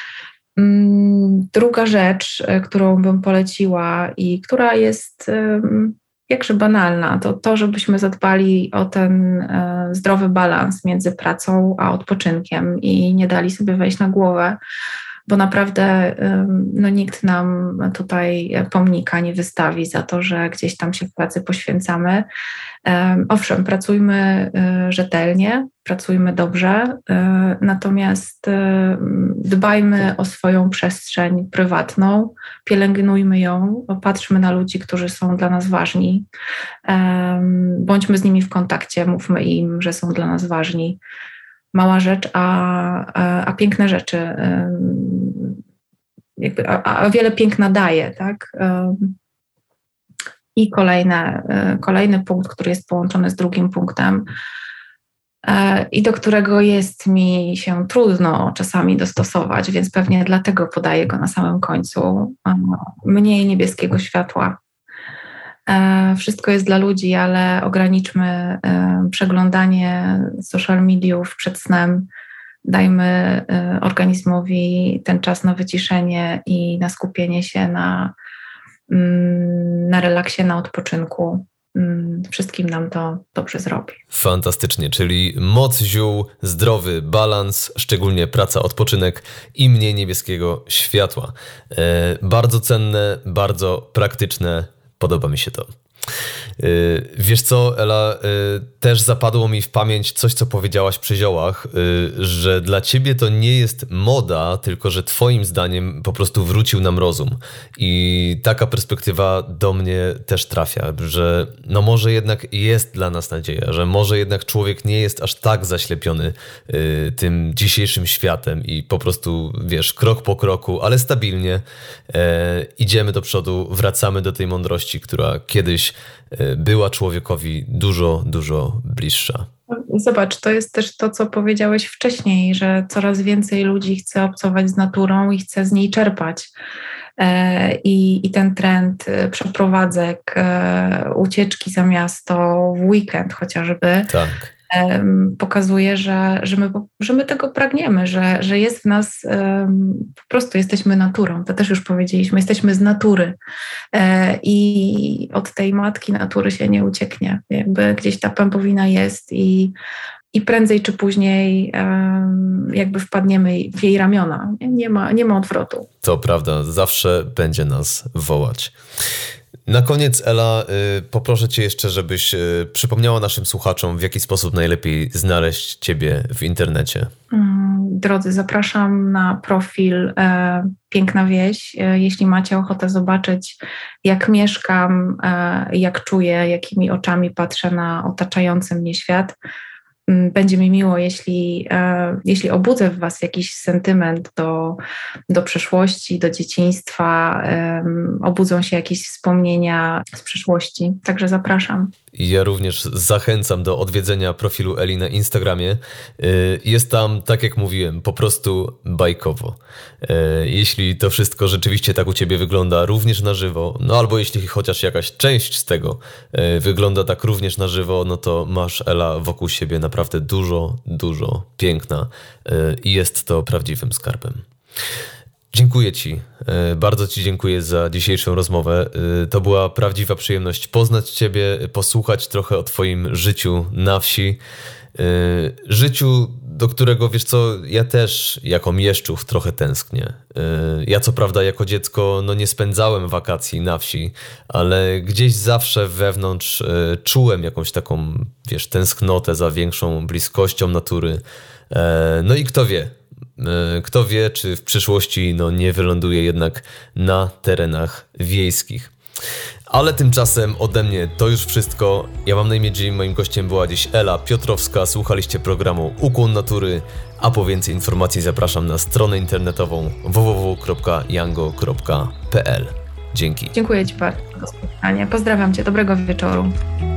Druga rzecz, którą bym poleciła i która jest jakże banalna, to żebyśmy zadbali o ten zdrowy balans między pracą a odpoczynkiem i nie dali sobie wejść na głowę, bo naprawdę nikt nam tutaj pomnika nie wystawi za to, że gdzieś tam się w pracy poświęcamy. Owszem, pracujmy rzetelnie, pracujmy dobrze, natomiast dbajmy o swoją przestrzeń prywatną, pielęgnujmy ją, patrzmy na ludzi, którzy są dla nas ważni, bądźmy z nimi w kontakcie, mówmy im, że są dla nas ważni. Mała rzecz, a piękne rzeczy, a wiele piękna daje, tak? I kolejny punkt, który jest połączony z drugim punktem i do którego jest mi się trudno czasami dostosować, więc pewnie dlatego podaję go na samym końcu. Mniej niebieskiego światła. Wszystko jest dla ludzi, ale ograniczmy przeglądanie social mediów przed snem. Dajmy organizmowi ten czas na wyciszenie i na skupienie się na relaksie, na odpoczynku. Wszystkim nam to dobrze zrobi. Fantastycznie, czyli moc ziół, zdrowy balans, szczególnie praca, odpoczynek i mniej niebieskiego światła. Bardzo cenne, bardzo praktyczne. Podoba mi się to. Wiesz co, Ela, też zapadło mi w pamięć coś, co powiedziałaś przy ziołach, że dla ciebie to nie jest moda, tylko że twoim zdaniem po prostu wrócił nam rozum. I taka perspektywa do mnie też trafia, że no może jednak jest dla nas nadzieja, że może jednak człowiek nie jest aż tak zaślepiony tym dzisiejszym światem i po prostu, wiesz, krok po kroku, ale stabilnie idziemy do przodu, wracamy do tej mądrości, która kiedyś była człowiekowi dużo, dużo bliższa. Zobacz, to jest też to, co powiedziałeś wcześniej, że coraz więcej ludzi chce obcować z naturą i chce z niej czerpać. I ten trend przeprowadzek, ucieczki za miasto w weekend chociażby, tak, pokazuje, że my tego pragniemy, że jest w nas, po prostu jesteśmy naturą, to też już powiedzieliśmy, jesteśmy z natury i od tej matki natury się nie ucieknie. Jakby gdzieś ta pępowina jest i prędzej czy później jakby wpadniemy w jej ramiona. Nie ma odwrotu. To prawda, zawsze będzie nas wołać. Na koniec, Ela, poproszę cię jeszcze, żebyś przypomniała naszym słuchaczom, w jaki sposób najlepiej znaleźć ciebie w internecie. Drodzy, zapraszam na profil Piękna Wieś. Jeśli macie ochotę zobaczyć, jak mieszkam, jak czuję, jakimi oczami patrzę na otaczający mnie świat, będzie mi miło, jeśli obudzę w was jakiś sentyment do przeszłości, do dzieciństwa, obudzą się jakieś wspomnienia z przeszłości. Także zapraszam. Ja również zachęcam do odwiedzenia profilu Eli na Instagramie. Jest tam, tak jak mówiłem, po prostu bajkowo. Jeśli to wszystko rzeczywiście tak u ciebie wygląda również na żywo, no albo jeśli chociaż jakaś część z tego wygląda tak również na żywo, no to masz, Ela, wokół siebie naprawdę dużo, dużo piękna i jest to prawdziwym skarbem. Dziękuję ci, bardzo ci dziękuję za dzisiejszą rozmowę. To była prawdziwa przyjemność poznać ciebie, posłuchać trochę o twoim życiu na wsi. Życiu, do którego, wiesz co, ja też jako Mieszczów trochę tęsknię. Ja co prawda jako dziecko nie spędzałem wakacji na wsi, ale gdzieś zawsze wewnątrz czułem jakąś taką, wiesz, tęsknotę za większą bliskością natury. No i kto wie, czy w przyszłości nie wyląduje jednak na terenach wiejskich. Ale tymczasem ode mnie to już wszystko. Ja mam na imię Jim, moim gościem była dziś Ela Piotrowska. Słuchaliście programu Ukłon Natury, a po więcej informacji zapraszam na stronę internetową www.yango.pl. Dzięki. Dziękuję ci bardzo za spotkanie. Pozdrawiam cię. Dobrego wieczoru.